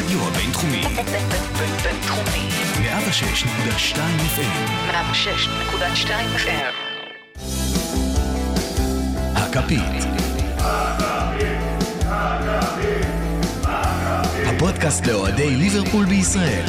הרדיו הבינתחומי. בינתחומי. 106.2 FM. 106.2 FM. הכפית. הפודקאסט לאוהדי ליברפול בישראל.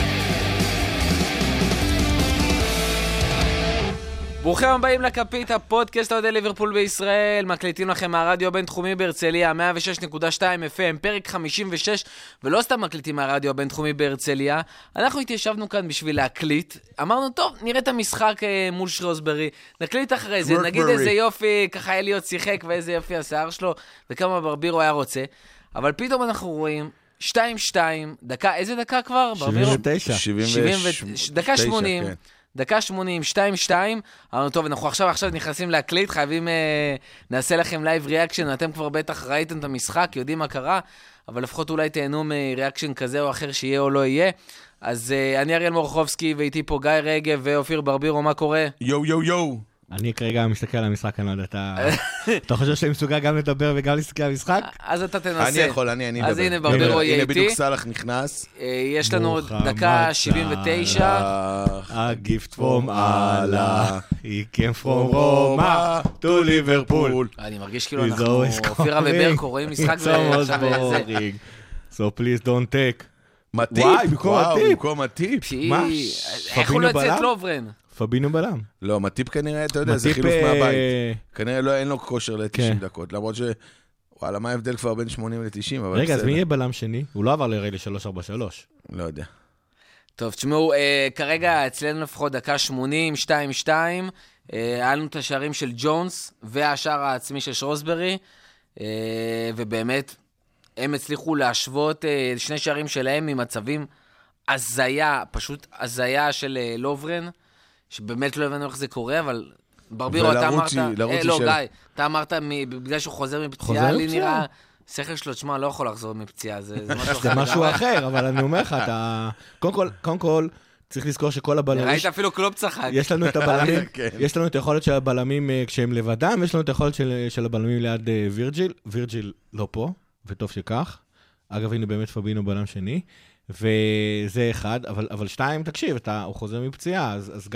ברוכים הבאים לכפית, הפודקאסט לאוהדי ליברפול בישראל. מקליטים לכם מהרדיו הבינתחומי בהרצליה, 106.2 FM, פרק 56, ולא סתם מקליטים מהרדיו הבינתחומי בהרצליה. אנחנו התיישבנו כאן בשביל להקליט. אמרנו, טוב, נראה את המשחק מול שרוסברי, נקליט אחרי זה, נגיד איזה יופי, ככה אליוט שיחק ואיזה יופי השיער שלו, וכמה ברבירו היה רוצה. אבל פתאום אנחנו רואים 2-2, דקה, איזה דקה כבר? 79. דקה 80. דקה 80, 2-2, אמרנו, טוב, אנחנו עכשיו נכנסים להקליט, חייבים, נעשה לכם לייב ריאקשן, אתם כבר בטח ראיתם את המשחק, יודעים מה קרה, אבל לפחות אולי תהנו מריאקשן כזה או אחר שיהיה או לא יהיה. אז אני אריאל מורחובסקי, ואיתי פה גיא רגב ואופיר ברבירו, מה קורה? יו יו יו. אני כרגע מסתכל על המשחק, אני לא יודע, אתה חושב שאני מסוגל גם לדבר וגם להסתכל על המשחק? אז אתה תנסה. אני יכול, אני מדבר. אז הנה ברבירו יהיה איתי. הנה בדיוק סלח נכנס. יש לנו דקה 79. A gift from Allah, he came from Roma to Liverpool. אני מרגיש כאילו אנחנו אופירה וברקו, רואים משחק ועכשיו זה. So please don't take. מטיפ, במקום מטיפ. איך הוא לא יצא את לוברן? פבינו בלם. לא, מטיפ כנראה, אתה יודע, זה חילוף מהבית. כנראה אין לו כושר ל-90 דקות, למרות ש... וואלה, מה ההבדל כבר בין 80 ל-90, אבל רגע, אז מי יהיה בלם שני? הוא לא עבר לראה ל-3-4-3. לא יודע. טוב, תשמעו, כרגע אצלנו לפחות דקה 80, 2-2, היה לנו את השערים של ג'ונס, והשער העצמי של שרוסברי, ובאמת, הם הצליחו להשוות שני שערים שלהם ממצבים הזיה, פשוט הזיה של לוברן, שבאמת לא הבנו איך זה קורה, אבל ברבירו, אתה אמרת... לא, גיא, אתה אמרת, בגלל שהוא חוזר מפציעה, לי נראה... שכל שלו, תשמע, לא יכול לחזור מפציעה, זה משהו אחר, אבל אני אומר לך, קודם כל, צריך לזכור שכל הבלמים... ראית אפילו קלופ צחק. יש לנו את הבלמים, יש לנו את היכולת של הבלמים כשהם לבדם, יש לנו את היכולת של הבלמים ליד וירג'יל. וירג'יל לא פה, וטוב שכך. אגב, הנה באמת פבינו בלם שני. וזה אחד, אבל שתיים, תקשיב, הוא חוזר מפציעה, אז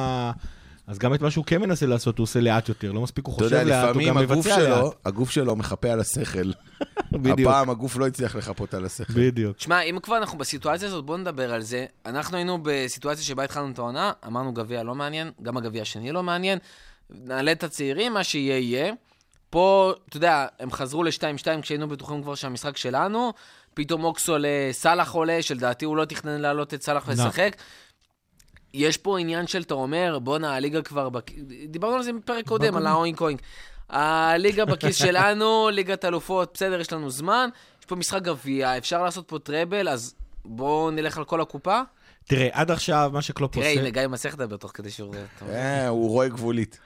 גם את מה שהוא כן מנסה לעשות, הוא עושה לאט יותר, לא מספיק הוא חושב לאט, הוא גם מבצע לאט. הגוף שלו מחפה על השכל. הפעם הגוף לא הצליח לחפות על השכל. בדיוק. שמע, אם כבר אנחנו בסיטואציה הזאת, בואו נדבר על זה. אנחנו היינו בסיטואציה שבה התחלנו את העונה, אמרנו גביע לא מעניין, גם הגביע השני לא מעניין, נעלה את הצעירים, מה שיהיה יהיה. פה, אתה יודע, הם חזרו ל-2-2 כשהיינו בטוחים כבר שהמשחק שלנו, פתאום אוקסו לסלח עולה, שלדעתי הוא לא תכנן לעלות את סלח לשחק. יש פה עניין של, אתה אומר, בונה, הליגה כבר... דיברנו על זה בפרק קודם, על האוינק אוינק. הליגה בכיס שלנו, ליגת אלופות, בסדר, יש לנו זמן, יש פה משחק גביע, אפשר לעשות פה טראבל, אז בואו נלך על כל הקופה. תראה, עד עכשיו, מה שקלופ עושה... תראה, הנה, גיא מסך דבר תוך כדי שהוא... הוא רואה גבולית.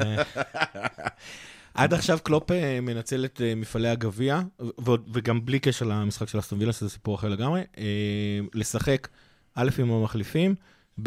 עד עכשיו קלופ מנצל את מפעלי הגביע, וגם בלי קשר למשחק של אסטון וילה, שזה סיפור אחר לגמרי, לשחק א' עם המחליפים, ב'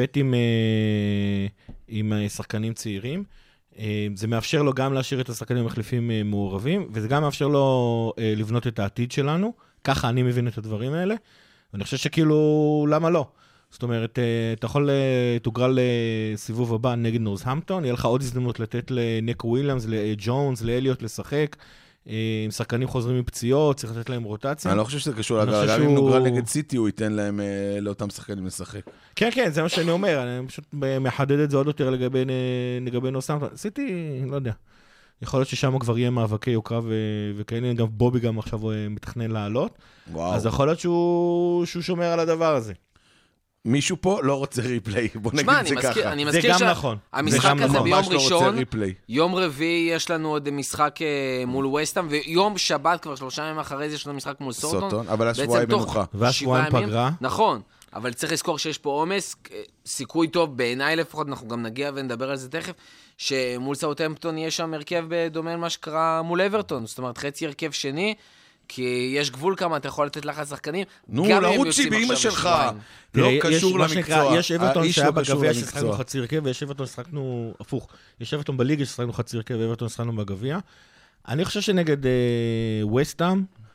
עם שחקנים צעירים. זה מאפשר לו גם להשאיר את השחקנים המחליפים מעורבים, וזה גם מאפשר לו לבנות את העתיד שלנו. ככה אני מבין את הדברים האלה, ואני חושב שכאילו, למה לא? זאת אומרת, אתה יכול תוגרל לסיבוב הבא נגד נורת'המפטון, יהיה לך עוד הזדמנות לתת לנקו וויליאמס, לג'ונס, לאליוט לשחק, עם שחקנים חוזרים מפציעות, צריך לתת להם רוטציה. אני לא חושב שזה קשור, גם אם נוגרל נגד סיטי, הוא ייתן להם לאותם שחקנים לשחק. כן, כן, זה מה שאני אומר, אני פשוט מחדד את זה עוד יותר לגבי נורת'המפטון. סיטי, לא יודע. יכול להיות ששם כבר יהיה מאבקי יוקרה וכאלה, גם בובי גם עכשיו מתכנן לעלות. אז יכול להיות שהוא שומר על הדבר הזה. מישהו פה לא רוצה ריפליי, בוא נגיד את זה ככה. זה גם נכון. המשחק הזה ביום ראשון, יום רביעי יש לנו עוד משחק מול ווסטהאם, ויום שבת כבר 3 ימים אחרי זה יש לנו משחק מול סוטון. אבל השבועיים מנוחה. והשבועיים פגרה. נכון, אבל צריך לזכור שיש פה עומס, סיכוי טוב בעיניי לפחות, אנחנו גם נגיע ונדבר על זה תכף, שמול סאות'המפטון יש שם הרכב בדומה למה שקרה מול אברטון, זאת אומרת חצי הרכב שני, כי יש גבול כמה, אתה יכול לתת לחץ שחקנים. נו, לרוצי באמא שלך. לא קשור למקצוע. יש אברטון שהיה בגביע ששחקנו חצי הרכב, ויש אברטון ששחקנו הפוך. יש אברטון בליגה ששחקנו חצי הרכב, ואברטון ששחקנו בגביע. אני חושב שנגד ווסטהאם,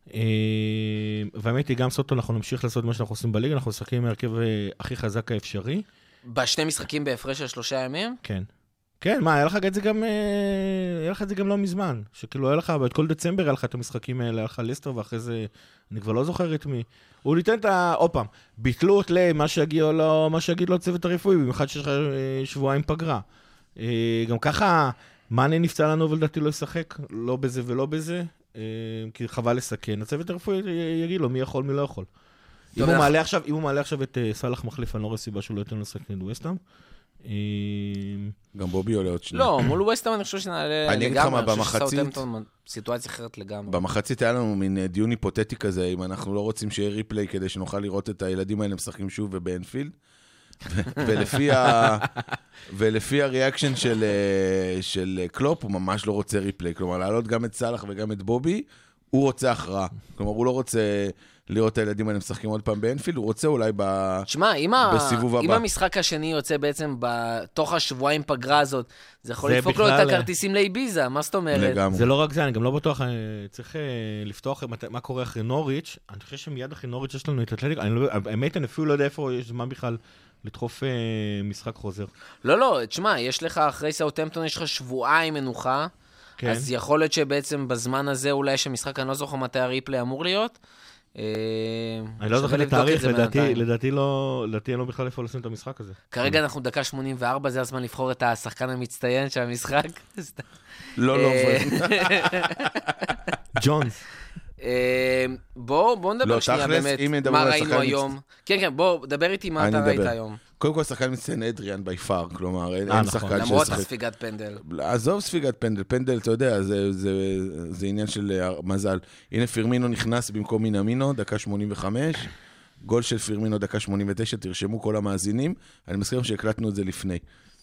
והאמת היא, גם סוטו, אנחנו נמשיך לעשות מה שאנחנו עושים בליגה, אנחנו משחקים עם ההרכב הכי חזק האפשרי. בשני משחקים בהפרש של 3 ימים? כן. כן, מה, היה לך את זה גם לא מזמן, שכאילו היה לך, את כל דצמבר היה לך את המשחקים האלה, היה לך ליסטר, ואחרי זה, אני כבר לא זוכר את מי. הוא ניתן עוד פעם, ביטלות למה שיגיד לו צוות הרפואי, במיוחד שיש לך שבועיים פגרה. גם ככה, מאנה נפצע לנו, ולדעתי לא ישחק, לא בזה ולא בזה, כי חבל לסכן. הצוות הרפואי יגיד לו מי יכול, מי לא יכול. אם הוא מעלה עכשיו את סלח מחליף, אני לא רואה סיבה שהוא לא ייתן לשחק נגד ווסטהאם. גם בובי עולה עוד שניה. לא, מול ווסטהאם אני חושב שנעלה לגמרי, אני חושב שסאות'המפטון סיטואציה אחרת לגמרי. במחצית היה לנו מין דיון היפותטי כזה, אם אנחנו לא רוצים שיהיה ריפליי כדי שנוכל לראות את הילדים האלה משחקים שוב ובאנפילד, ולפי הריאקשן של קלופ, הוא ממש לא רוצה ריפליי, כלומר להעלות גם את סלח וגם את בובי, הוא רוצה הכרעה, כלומר הוא לא רוצה לראות את הילדים האלה משחקים עוד פעם באנפילד, הוא רוצה אולי בסיבוב הבא. אם המשחק השני יוצא בעצם בתוך השבועיים פגרה הזאת, זה יכול לדפוק לו את הכרטיסים לאיביזה, מה זאת אומרת? זה לא רק זה, אני גם לא בטוח, צריך לפתוח מה קורה אחרי נוריץ', אני חושב שמיד אחרי נוריץ' יש לנו את אתלטיקו, האמת אני אפילו לא יודע איפה יש זמן בכלל לדחוף משחק חוזר. לא, תשמע, יש לך אחרי סאות'המפטון, יש לך שבועיים מנוחה, אז יכול להיות שבעצם בזמן הזה אולי שמשחק אני לא זוכר מתי הריפלי אמור להיות, אני לא זוכר את התאריך, לדעתי אין לו בכלל איפה לשים את המשחק הזה. כרגע אנחנו דקה 84, זה הזמן לבחור את השחקן המצטיין של המשחק. לא. ג'ונס. בוא נדבר שנייה באמת, מה ראינו היום. כן, בוא, דבר איתי מה אתה ראית היום. קודם כל, שחקן מצטיין אדריאן ביפאר, כלומר, אין שחקן למרות הספיגת פנדל. עזוב ספיגת פנדל, אתה יודע, זה עניין של מזל. הנה פירמינו נכנס במקום מינאמינו, דקה 85, גול של פירמינו, דקה 89, תרשמו כל המאזינים, אני מזכיר שהקלטנו את זה לפני.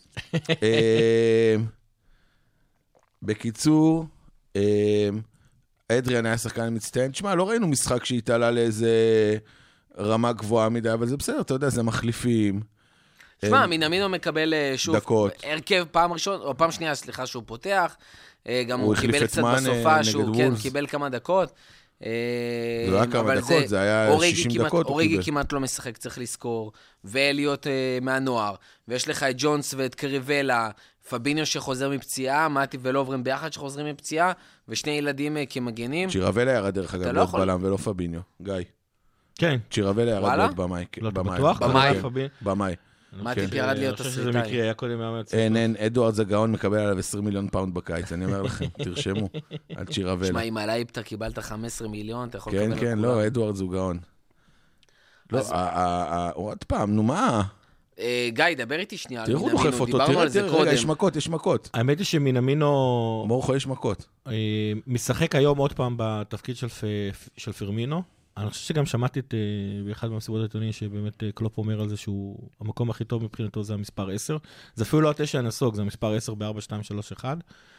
בקיצור, אדריאן היה שחקן מצטיין, תשמע, לא ראינו משחק שהתעלה לאיזה רמה גבוהה מדי, אבל זה בסדר, אתה יודע, זה מחליפים. תשמע, מינאמינו מקבל שוב הרכב פעם ראשון, או פעם שנייה, סליחה, שהוא פותח, גם הוא קיבל קצת בסופה, שהוא כן, קיבל כמה דקות. זה לא היה כמה דקות, זה היה 60 דקות. אוריגי כמעט לא משחק, צריך לזכור, ואליות מהנוער, ויש לך את ג'ונס ואת קריבלה, פביניו שחוזר מפציעה, מאטי ולוברן ביחד שחוזרים מפציעה, ושני ילדים כמגנים. צ'ירבלה ירד דרך אגב, לא בלם ולא פביניו, גיא. כן. צ'ירבלה ירד להיות במאי. לא בטוח? במאי. מאטי ירד להיות תסריטאי. אני חושב שזה מקרי, היה קודם מהמצב. אין, אדוארד זגאון מקבל עליו 20 מיליון פאונד בקיץ, אני אומר לכם, תרשמו, על צ'ירבלה. שמע, אם על האיפטר קיבלת 15 מיליון, אתה יכול לקבל... כן, לא, אדוארד זגאון. לא, עוד פעם, נו מה? גיא, דבר איתי שנייה. תראו, הוא דוחף אותו, תראה, יש מכות. האמת היא שמינאמינו... מורכו יש מכות. משחק היום עוד פעם בתפקיד של פירמינו. אני חושב שגם שמעתי באחד מהמסיבות העיתוניים שבאמת קלופ אומר על זה שהוא המקום הכי טוב מבחינתו זה המספר 10. זה אפילו לא 9 הנסוג, זה המספר 10 ב-4, 2, 3, 1.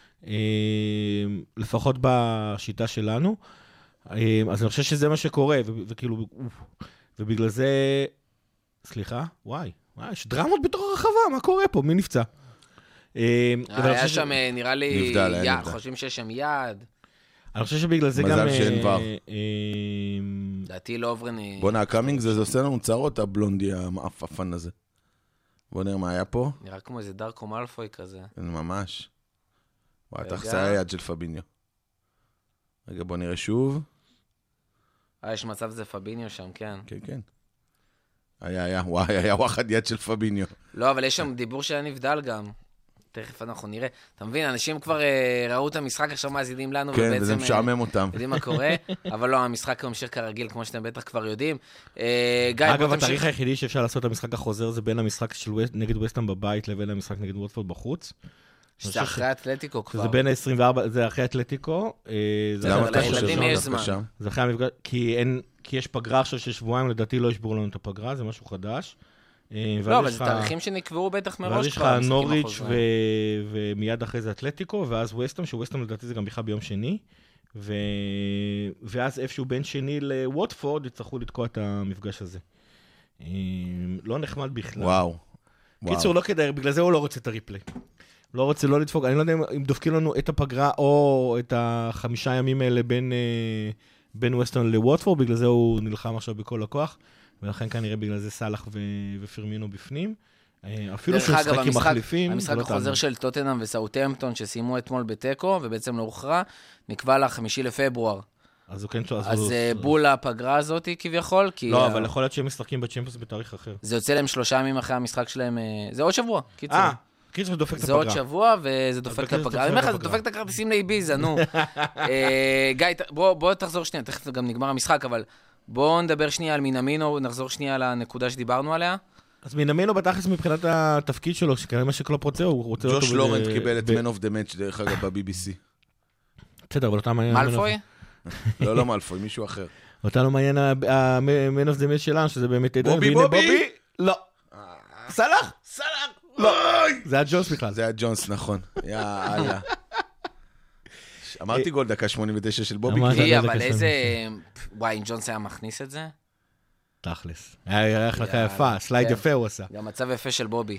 לפחות בשיטה שלנו. אז אני חושב שזה מה שקורה, וכאילו, ובגלל זה... סליחה? וואי, יש דרמות בתוך הרחבה, מה קורה פה? מי נפצע? היה שם, נראה לי, חושבים שיש שם יד. אני חושב שבגלל זה גם... מזל שאין ור. דעתי לא עוברני... בוא נע, קאמינג זה עושה לנו צרות, הבלונדי המאפפן הזה. בוא נראה מה היה פה. נראה כמו איזה דארקו מאלפוי כזה. ממש. וואי, תחסה היד של פביניו. רגע, בוא נראה שוב. יש מצב זה פביניו שם, כן. כן. היה וואחד יד של פביניו. לא, אבל יש שם דיבור שהיה נבדל גם. תכף אנחנו נראה. אתה מבין, אנשים כבר ראו את המשחק, עכשיו מאזינים לנו, כן, וזה משעמם אותם. יודעים מה קורה, אבל לא, המשחק ממשיך כרגיל, כמו שאתם בטח כבר יודעים. אגב, התאריך היחידי שאפשר לעשות את המשחק החוזר, זה בין המשחק נגד ווסטהאם בבית לבין המשחק נגד ווטפורד בחוץ. שזה אחרי אתלטיקו כבר. זה בין ה-24, זה אחרי אתלטיקו. למה אתה חושב שם? זה אחרי המפגש, כי יש פגרה עכשיו של שבועיים, לדעתי לא ישברו לנו את הפגרה, זה משהו חדש. לא, אבל זה תאריכים שנקבעו בטח מראש. ואז יש לך נוריץ' ומיד אחרי זה אתלטיקו, ואז ווסטהאם, שווסטהאם לדעתי זה גם בכלל ביום שני, ואז איפשהו בין שני לווטפורד יצטרכו לתקוע את המפגש הזה. לא נחמד בכלל. וואו. קיצור, לא כדאי, בגלל זה הוא לא רוצה את הריפלי. לא רוצה לא לדפוק, אני לא יודע אם דופקים לנו את הפגרה או את 5 ימים האלה בין ווסטון לווטפורד, בגלל זה הוא נלחם עכשיו בכל הכוח, ולכן כנראה בגלל זה סלאח ופרמינו בפנים. אפילו שהוא משחק עם מחליפים. המשחק החוזר של טוטנהאם וסאות'המפטון שסיימו אתמול בטקו, ובעצם לא הוכרע, נקבע ל5 לפברואר. אז הוא כן... אז בול הפגרה הזאת כביכול, כי... לא, אבל יכול להיות שהם משחקים בצ'מפיונס בתאריך אחר. זה יוצא להם 3 ימים אחרי המשחק שלהם, זה עוד שבוע, קיצור. קיצור, זה דופק את הפגרה. זה עוד שבוע, וזה דופק את הפגרה. אני אומר לך, זה דופק את הכרטיסים לאיביזה, נו. גיא, בוא תחזור שנייה, תכף גם נגמר המשחק, אבל בוא נדבר שנייה על מינמינו, נחזור שנייה על הנקודה שדיברנו עליה. אז מינמינו בתכלס מבחינת התפקיד שלו, שכנראה מה שקלופ רוצה, הוא רוצה אותו... ג'וש לורנט קיבל את Man of the Match, דרך אגב, ב-BBC. בסדר, אבל אותה מעניין... מאלפוי? לא מאלפוי, מישהו אחר. אותה לא מעניין ה-Man of the Match שלנו, שזה באמת... בובי? לא. סלאח? לא. זה היה ג'ונס בכלל. זה היה ג'ונס, נכון. יאללה. אמרתי גול דקה 89 של בובי. אבל איזה... וואי, אם ג'ונס היה מכניס את זה? תכלס. היה החלקה יפה, סלייד יפה הוא עשה. גם מצב יפה של בובי.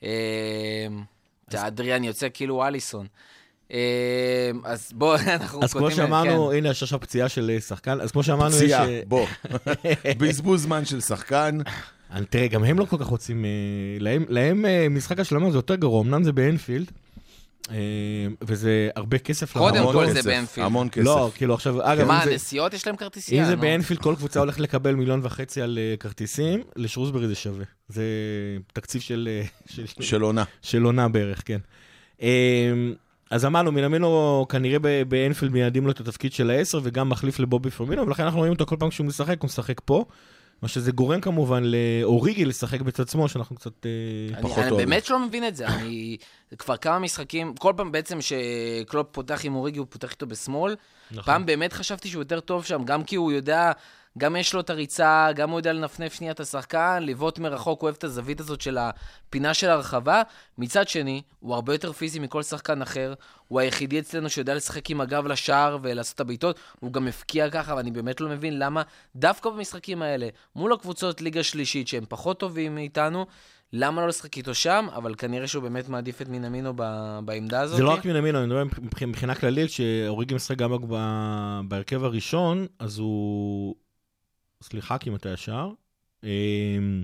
אדריאן יוצא כאילו אליסון. אז בוא, אנחנו... אז כמו שאמרנו, הנה, יש עכשיו פציעה של שחקן, אז כמו שאמרנו... פציעה, בוא. בזבוז זמן של שחקן. תראה, גם הם לא כל כך רוצים... להם משחק השלמה זה יותר גרוע, אמנם זה באנפילד, וזה הרבה כסף. קודם כל זה באנפילד. המון כסף. לא, כאילו עכשיו... מה, הנסיעות יש להם כרטיסייה? אם זה באנפילד, כל קבוצה הולכת לקבל 1.5 מיליון על כרטיסים, לשרוסברי זה שווה. זה תקציב של עונה. של עונה בערך, כן. אז אמרנו, מינמינו כנראה באנפילד מייעדים לו את התפקיד של ה-10, וגם מחליף לבובי פרמינו, ולכן אנחנו רואים אותו כל פעם כשהוא משחק, הוא משחק פה. מה שזה גורם כמובן לאוריגי לשחק בצד שמאל, שאנחנו קצת פחות אוהבים. אני באמת שלא מבין את זה. כבר כמה משחקים, כל פעם בעצם שקלופ פותח עם אוריגי, הוא פותח איתו בשמאל. פעם באמת חשבתי שהוא יותר טוב שם, גם כי הוא יודע, גם יש לו את הריצה, גם הוא יודע לנפנף שנייה את השחקן, לבעוט מרחוק, הוא אוהב את הזווית הזאת של הפינה של הרחבה. מצד שני, הוא הרבה יותר פיזי מכל שחקן אחר. הוא היחידי אצלנו שיודע לשחק עם הגב לשער ולעשות את הבעיטות. הוא גם מפקיע ככה, ואני באמת לא מבין למה דווקא במשחקים האלה, מול הקבוצות ליגה שלישית שהם פחות טובים מאיתנו, למה לא לשחק איתו שם? אבל כנראה שהוא באמת מעדיף את מינמינו בעמדה הזאת. זה לא רק מינמינו, אני מדבר מבחינה כללית, שאוריגי משחק גם בהרכב הראשון, אז הוא... סליחה, כי מתי ישר. הנה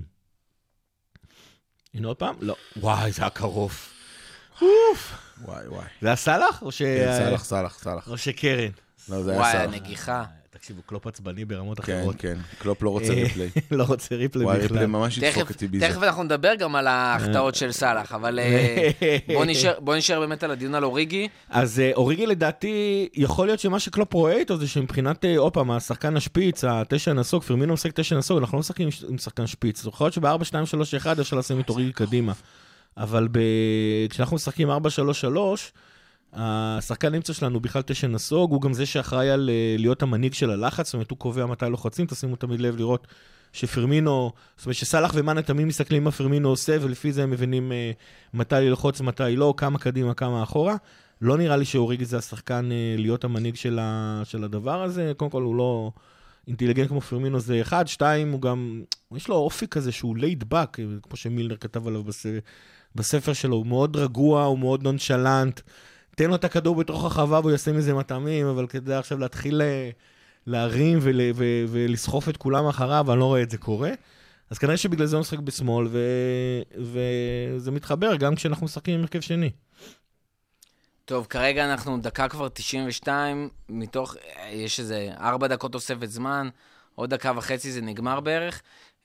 עוד פעם? לא. וואי, זה היה קרוב. וואי. זה היה סלאח? או ש... כן, סלאח. או שקרן. לא, זה היה סלאח. וואי, הנגיחה. תקשיבו, קלופ עצבני ברמות אחרות. כן, קלופ לא רוצה ריפלי. לא רוצה ריפלי וואי, בכלל. ריפלי ממש ידפוק אותי בזה. תכף אנחנו נדבר גם על ההחטאות של סלאח, אבל בוא נשאר באמת על הדיון על אוריגי. אז אוריגי לדעתי, יכול להיות שמה שקלופ רואה איתו זה שמבחינת, אופם, השחקן השפיץ, ה9 נסוג, פרמינו משחק 9 נסוג, אנחנו לא משחקים עם שחקן שפיץ. זאת אומרת שב-4-2-3-1 אפשר לשים את אוריגי קדימה. אבל כשאנחנו משחקים 4-3-3, השחקן נמצא שלנו בכלל 9 נסוג, הוא גם זה שאחראי על להיות המנהיג של הלחץ, זאת אומרת, הוא קובע מתי לוחצים, תשימו תמיד לב לראות שפרמינו, זאת אומרת, שסלאח ומאנה תמיד מסתכלים מה פרמינו עושה, ולפי זה הם מבינים מתי ללחוץ, מתי לא, כמה קדימה, כמה אחורה. לא נראה לי שאוריגי זה השחקן להיות המנהיג של הדבר הזה, קודם כל הוא לא אינטליגנט כמו פרמינו, זה 1, 2, הוא גם, יש לו אופי כזה שהוא laid back, כמו שמילנר כתב עליו בספר שלו, הוא מאוד רגוע, הוא מאוד נונשלנט, תן לו את הכדור בתוך החווה והוא יעשה מזה מטעמים, אבל כדי עכשיו להתחיל להרים ולסחוף את כולם אחריו, אני לא רואה את זה קורה. אז כנראה שבגלל זה הוא משחק בשמאל, וזה מתחבר גם כשאנחנו משחקים עם הרכב שני. טוב, כרגע אנחנו דקה כבר 92, מתוך, יש איזה 4 דקות תוספת זמן, עוד דקה וחצי זה נגמר בערך.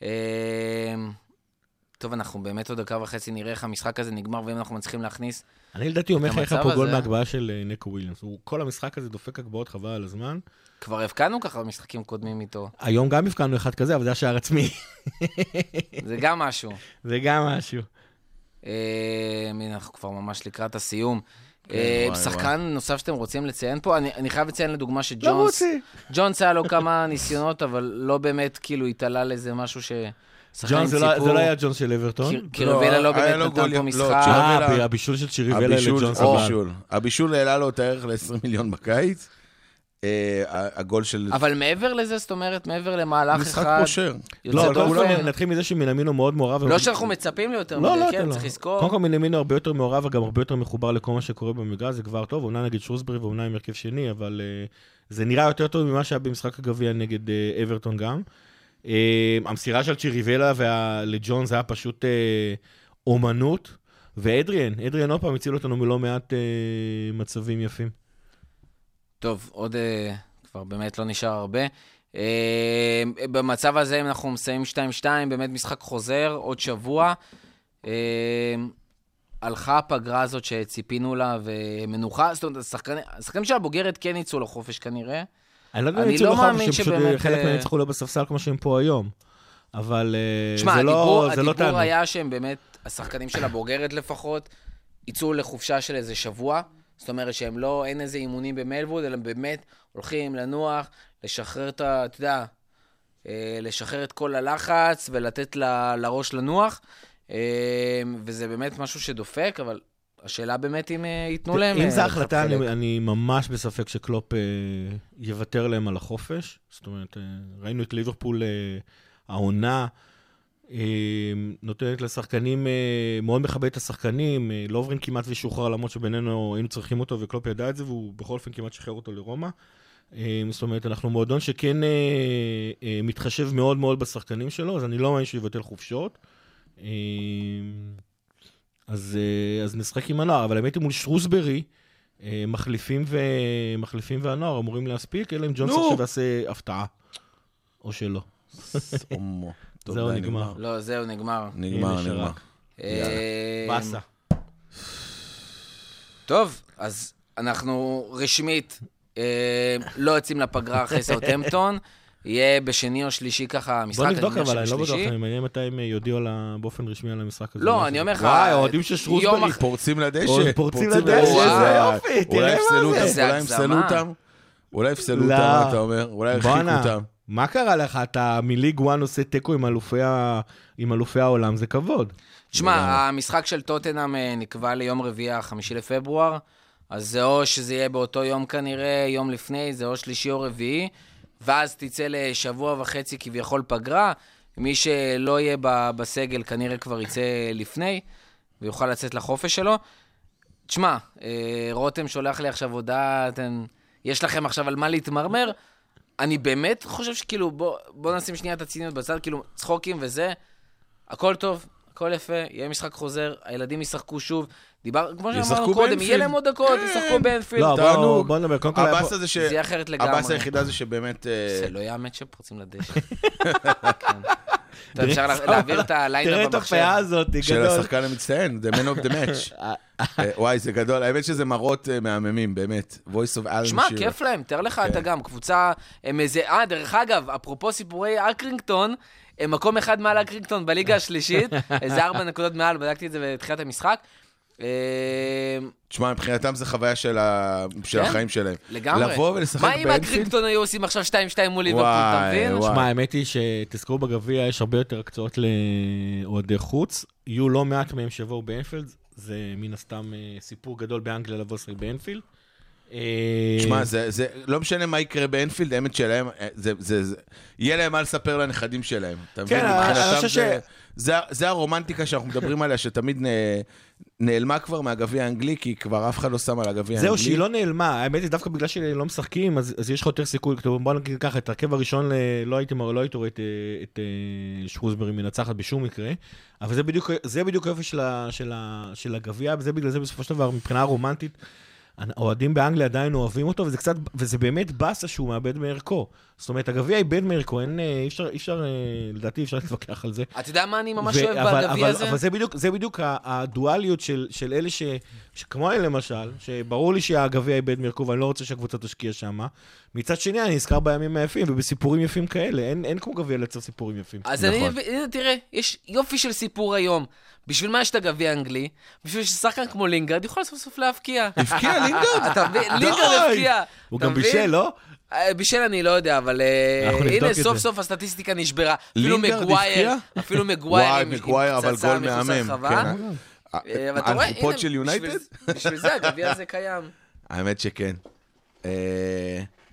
טוב, אנחנו באמת עוד דקה וחצי נראה איך המשחק הזה נגמר, ואם אנחנו מצליחים להכניס... אני לדעתי אומר איך פה גול מהגבהה של נקו וויליאמס. כל המשחק הזה דופק הגבהות חבל על הזמן. כבר הפקענו ככה במשחקים קודמים איתו. היום גם הפקענו אחד כזה, אבל זה השער עצמי. זה גם משהו. זה גם משהו. הנה, אנחנו כבר ממש לקראת הסיום. שחקן נוסף שאתם רוצים לציין פה, אני חייב לציין לדוגמה שג'ונס היה לו כמה ניסיונות, אבל לא באמת כאילו התעלה לזה משהו ש... ג'ונס, זה לא היה ג'ונס של אברטון? כי ריבלה לא באמת נתן פה משחק. הבישול של שריבלה לג'ונס. הבישול העלה לו את הערך ל-20 מיליון בקיץ. הגול של... אבל מעבר לזה, זאת אומרת, מעבר למהלך אחד... משחק פושר. יוצא דופן. נתחיל מזה שמינמינו מאוד מעורב. לא שאנחנו מצפים לי יותר, כן, צריך לזכור. קודם כל מינמינו הרבה יותר מעורב, וגם הרבה יותר מחובר לכל מה שקורה במגרש, זה כבר טוב, אומנם נגד שרוסברי ואומנם עם הרכב שני, אבל זה נראה יותר טוב ממה שהיה במשחק הגביע נגד אברטון גם. המסירה של צ'יריבלה לג'ון זה היה פשוט אומנות, ואדריאן עוד פעם הציל אותנו מלא מעט מצבים יפים. טוב, עוד כבר באמת לא נשאר הרבה. במצב הזה, אם אנחנו מסיים 2-2, באמת משחק חוזר, עוד שבוע. הלכה הפגרה הזאת שציפינו לה ומנוחה, זאת אומרת, השחקנים של הבוגרת כן יצאו לחופש כנראה. אני לא יודע אם יצאו לחופש, שפשוט חלק מהם יצטרכו לא בספסל כמו שהם פה היום. אבל זה לא טענו. הדיבור היה שהם באמת, השחקנים של הבוגרת לפחות, יצאו לחופשה של איזה שבוע, זאת אומרת שהם לא, אין איזה אימונים במלווד, אלא באמת הולכים לנוח, לשחרר את אתה יודע, לשחרר את כל הלחץ ולתת לראש לנוח, וזה באמת משהו שדופק, אבל השאלה באמת אם ייתנו להם... אם זו החלטה, אני ממש בספק שקלופ יוותר להם על החופש, זאת אומרת, ראינו את ליברפול העונה, נותנת לשחקנים, מאוד מכבד את השחקנים, לוברין כמעט ושוחרר, למרות שבינינו היינו צריכים אותו, וקלופ ידע את זה, והוא בכל אופן כמעט שחרר אותו לרומא. זאת אומרת, אנחנו מועדון שכן מתחשב מאוד מאוד בשחקנים שלו, אז אני לא מאמין שיבטל חופשות. אז נשחק עם הנוער, אבל האמת היא מול שרוסברי, מחליפים והנוער אמורים להספיק, אלא אם ג'ונסון שעשה הפתעה, או שלא. זהו נגמר. לא, זהו נגמר. נגמר. בסה. טוב, אז אנחנו רשמית לא יוצאים לפגרה אחרי סאות'המפטון, יהיה בשני או שלישי ככה משחק. בוא נבדוק אבל, אני לא בטוח, אני מעניין מתי הם יודיעו באופן רשמי על המשחק הזה. לא, אני אומר לך... וואי, אוהדים ששרוסברי פורצים לדשא. פורצים לדשא, איזה יופי, תראה מה זה. אולי יפסלו אותם? אולי יפסלו אותם, אתה אומר? אולי ירחיקו אותם. מה קרה לך? אתה מליג 1 עושה טקו עם אלופי העולם, זה כבוד. תשמע, המשחק של טוטנהאם נקבע ליום רביעי 5 לפברואר, אז זה או שזה יהיה באותו יום כנראה, יום לפני, זה או שלישי או רביעי, ואז תצא לשבוע וחצי כביכול פגרה, מי שלא יהיה בסגל כנראה כבר יצא לפני, ויוכל לצאת לחופש שלו. תשמע, רותם שולח לי עכשיו הודעה, יש לכם עכשיו על מה להתמרמר, אני באמת חושב שכאילו, בוא נשים שנייה את הציניות בצד, כאילו צחוקים וזה, הכל טוב, הכל יפה, יהיה משחק חוזר, הילדים ישחקו שוב, כמו שאמרנו קודם, יהיה להם עוד דקות, ישחקו באנפילד. לא, בוא נדבר, קודם כל... זה יהיה אחרת לגמרי. הבאס היחידה זה שבאמת... זה לא יאמת שפורצים לדשא. טוב, אפשר להעביר את הליינר במחשב. תראה את הפעה הזאת, גדול. של השחקן המצטיין, the man of the match. וואי, זה גדול. האמת שזה מראות מהממים, באמת. voice of Alan שמע, Shearer. כיף להם, תאר לך אתה גם, קבוצה, דרך אגב, אפרופו סיפורי אקרינגטון, הם מקום אחד מעל אקרינגטון בליגה השלישית, איזה 4 נקודות מעל, בדקתי את זה בתחילת המשחק. תשמע, מבחינתם זה חוויה של החיים שלהם. לגמרי. לבוא ולשחק מה אם באנפילד? אקרינגטון היו עושים עכשיו 2-2 מול ליברפול, אתה מבין? שמע, האמת היא שתזכרו בגביע, יש הרבה יותר הקצועות לאוהדי חוץ, יהיו לא מעט מהם שיבואו באנפילד, זה מן הסתם סיפור גדול באנגליה לבוא לשחק באנפילד. תשמע, זה לא משנה מה יקרה באנפילד, האמת שלהם, יהיה להם מה לספר לנכדים שלהם. אתה מבין? זה הרומנטיקה שאנחנו מדברים עליה, שתמיד נעלמה כבר מהגביע האנגלי, כי כבר אף אחד לא שם על הגביע האנגלי. זהו, שהיא לא נעלמה. האמת היא, דווקא בגלל שלא משחקים, אז יש לך יותר סיכוי. בוא נגיד ככה, את הרכב הראשון לא הייתי רואה את שרוסברי מנצחת בשום מקרה, אבל זה בדיוק היופי של הגביע, וזה בגלל זה בסופו של דבר, מבחינה רומנטית, האוהדים באנגליה עדיין אוהבים אותו, וזה באמת בסה שהוא מאבד מערכו. זאת אומרת, הגביע איבד מערכו, לדעתי אפשר להתווכח על זה. אתה יודע מה אני ממש אוהב בגביע הזה? אבל זה בדיוק הדואליות של אלה שכמו אלה למשל, שברור לי שהגביע איבד מערכו, ואני לא רוצה שהקבוצה תשקיע שם. מצד שני, אני נזכר בימים היפים, ובסיפורים יפים כאלה. אין כמו גביע לייצר סיפורים יפים. אז תראה, יש יופי של סיפור היום. בשביל מה יש את הגביע האנגלי? בשביל ששחקן כמו לינגרד יכול סוף סוף להפקיע. הפקיע לינגרד? אתה מבין? לינגרד הפקיע. הוא גם בישל, לא? בישל אני לא יודע, אבל הנה סוף סוף הסטטיסטיקה נשברה. אפילו מגווייר אבל גול מהמם. החופות של יונייטד? בשביל זה הגביע הזה קיים. האמת שכן.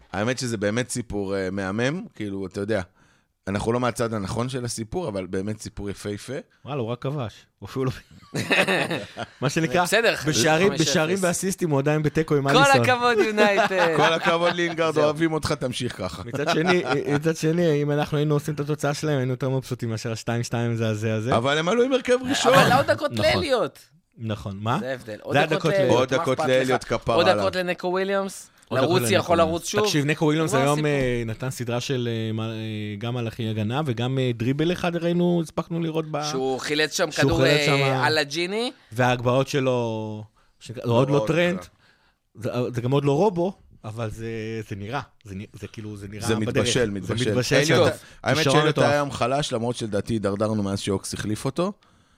האמת שזה באמת סיפור מהמם, כאילו, אתה יודע, אנחנו לא מהצד הנכון של הסיפור, אבל באמת סיפור יפה. וואלה, הוא רק כבש. הוא אפילו לא... מה שנקרא, בסדר, בשערים ואסיסטים הוא עדיין בטקו עם כל אליסון. הכבוד יונייטד. כל הכבוד לינגארד, אוהבים אותך, תמשיך ככה. מצד שני, אם אנחנו היינו עושים את התוצאה שלהם, היינו יותר מבסוטים מאשר ה-2-2 הזה. אבל הם עלו עם הרכב ראשון. אבל עוד דקות לאליות. נכון, מה? זה הבדל. עוד דקות לאליות כפרה עוד עליו. דקות לנקו וויליאמס. לרוץ יכול לרוץ שוב. תקשיב, נקו וויליאמס היום נתן סדרה של גם על הכי הגנה, וגם דריבל אחד ראינו, הספקנו לראות שהוא חילץ שם כדור על הג'יני. וההגבהות שלו, עוד לא טרנד, זה גם עוד לא רובו, אבל זה נראה, זה כאילו, זה נראה בדרך. זה מתבשל. האמת שאליות היה היום חלש, למרות שלדעתי דרדרנו מאז שאוקס החליף אותו.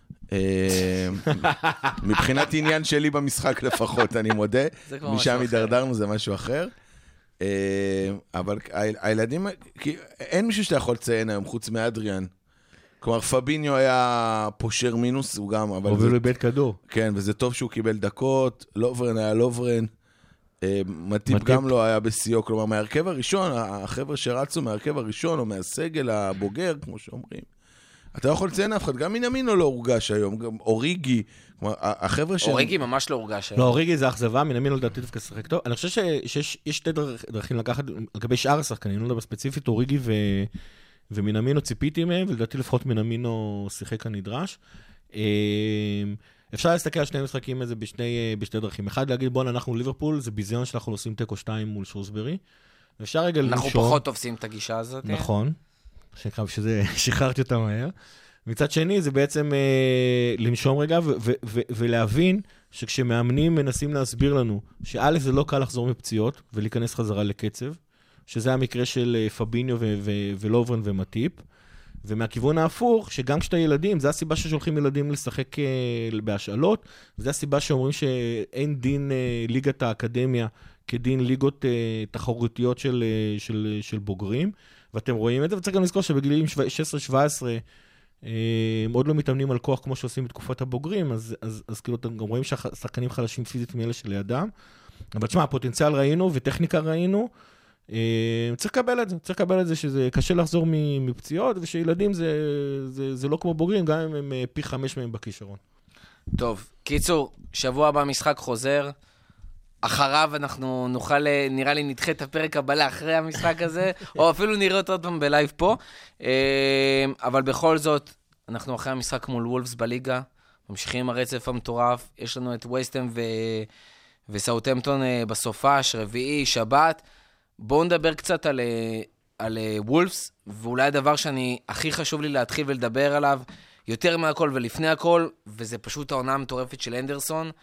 מבחינת עניין שלי במשחק לפחות, אני מודה. משם הידרדרנו, זה משהו אחר. אבל הילדים, אין מישהו שאתה יכול לציין היום, חוץ מאדריאן. כלומר, פביניו היה פושר מינוס, הוא גם... הוביל לבית כדור. כן, וזה טוב שהוא קיבל דקות, לוברן היה לוברן. מטיפ גם לא היה בסיוע, כלומר, מהרכב הראשון, החבר'ה שרצו מהרכב הראשון, או מהסגל הבוגר, כמו שאומרים. אתה לא יכול לציין אף אחד, גם מינמינו לא הורגש היום, גם אוריגי, כלומר, החבר'ה ש... אוריגי ממש לא הורגש היום. לא, אוריגי זה אכזבה, מינמינו לדעתי דווקא שחק טוב. אני חושב שיש שתי דרכים לקחת, לגבי שאר השחקנים, אני לא יודע בספציפית, אוריגי ומינמינו ציפיתי מהם, ולדעתי לפחות מינמינו שיחק הנדרש. אפשר להסתכל על שני משחקים הזה בשתי דרכים. אחד, להגיד, בואו, אנחנו ליברפול, זה ביזיון שאנחנו עושים טקו 2 מול שרוסברי. אפשר רגע לנשום. אנחנו פחות תופסים את הגישה הזאת. נכון. שזה שחררתי אותה מהר. מצד שני, זה בעצם לנשום רגע ולהבין שכשמאמנים מנסים להסביר לנו שא' זה לא קל לחזור מפציעות ולהיכנס חזרה לקצב, שזה המקרה של פביניו ולוברן ומטיפ, ומהכיוון ההפוך, שגם כשאתה ילדים, זה הסיבה ששולחים ילדים לשחק בהשאלות, זה הסיבה שאומרים שאין דין ליגת האקדמיה כדין ליגות תחרותיות של בוגרים, ואתם רואים את זה, וצריך גם לזכור שבגלילים 16-17 עוד לא מתאמנים על כוח כמו שעושים בתקופת הבוגרים, אז כאילו אתם גם רואים שהשחקנים חלשים פיזית מאלה שלידם, אבל תשמע, הפוטנציאל ראינו וטכניקה ראינו, צריך לקבל את זה שזה קשה לחזור מפציעות, ושילדים זה לא כמו בוגרים, גם אם הם פי 5 מהם בכישרון. טוב, קיצור, שבוע הבא משחק חוזר, אחריו אנחנו נוכל, נראה לי נדחה את הפרק הבא לאחרי המשחק הזה, או אפילו נראה אותו עוד פעם בלייב פה, אבל בכל זאת, אנחנו אחרי המשחק מול וולפס בליגה, ממשיכים הרצף המטורף, יש לנו את ווסטהאם וסאות'המפטון בסופש, רביעי, שבת, בואו נדבר קצת על וולפס, ואולי הדבר שאני הכי חשוב לי להתחיל ולדבר עליו, יותר מהכל ולפני הכל, וזה פשוט העונה המטורפת של אנדרסון,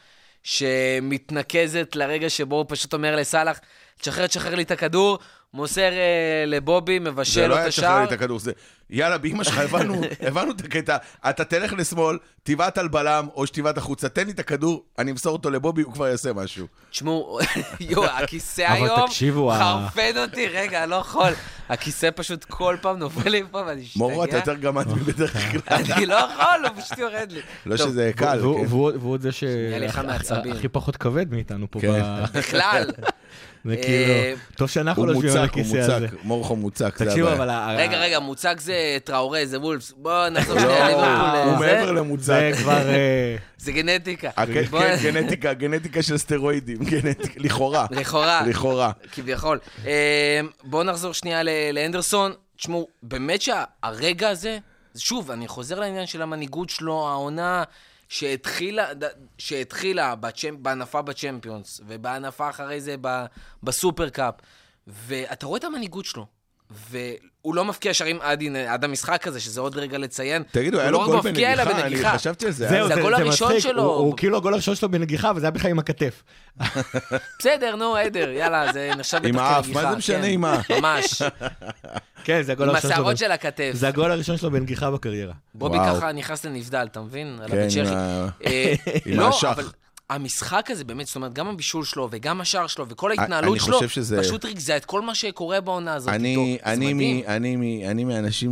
שמתנקזת לרגע שבו הוא פשוט אומר לסלח, תשחרר לי את הכדור, מוסר לבובי, מבשל לו את השער. זה לא היה תשחרר לי את הכדור, זה יאללה, באמא שלך, הבנו את הקטע, אתה תלך לשמאל, תיבעת על בלם, או שתיבעת החוצה, תן לי את הכדור, אני אמסור אותו לבובי, הוא כבר יעשה משהו. תשמעו, הכיסא היום חרפן אותי, רגע, אני לא יכול. הכיסא פשוט כל פעם נופל לי פה, ואני אשתגע. מורו, אתה יותר גמד בדרך כלל. אני לא יכול, הוא פשוט יורד לי. לא שזה קל. והוא זה שהכי פחות כבד מאיתנו פה. בכלל. זה כאילו, טוב שאנחנו לא שומעים על הכיסא הזה. מורכו מוצק. תקשיב, אבל... רגע, מוצק זה טראורי, זה וולפס. בוא נחזור שנייה ליברפול. הוא מעבר למוצק. זה כבר... זה גנטיקה. כן, גנטיקה של סטרואידים. לכאורה. כביכול. בואו נחזור שנייה לאנדרסון. תשמעו, באמת שהרגע הזה, שוב, אני חוזר לעניין של המנהיגות שלו, העונה... שהתחילה בענפה בצ'מפיונס, ובענפה אחרי זה בסופר קאפ, ואתה רואה את המנהיגות שלו, והוא לא מפקיע שערים עד המשחק הזה, שזה עוד רגע לציין. תגידו, היה לו גול בנגיחה, אני חשבתי על זה. זה הגול הראשון שלו. הוא כאילו הגול הראשון שלו בנגיחה, וזה היה בכלל עם הכתף. בסדר, נו, עדר, יאללה, זה נחשב בטח כנגיחה. עם האף, מה זה משנה עם האף? ממש. כן, זה הגול הראשון שלו. עם השערות של הכתף. זה הגול הראשון שלו בנגיחה בקריירה. בובי ככה נכנס לנבדל, אתה מבין? כן, עם השח. המשחק הזה באמת, זאת אומרת, גם הבישול שלו וגם השער שלו וכל ההתנהלות שלו, פשוט ריכזה את כל מה שקורה בעונה הזאת. אני מהאנשים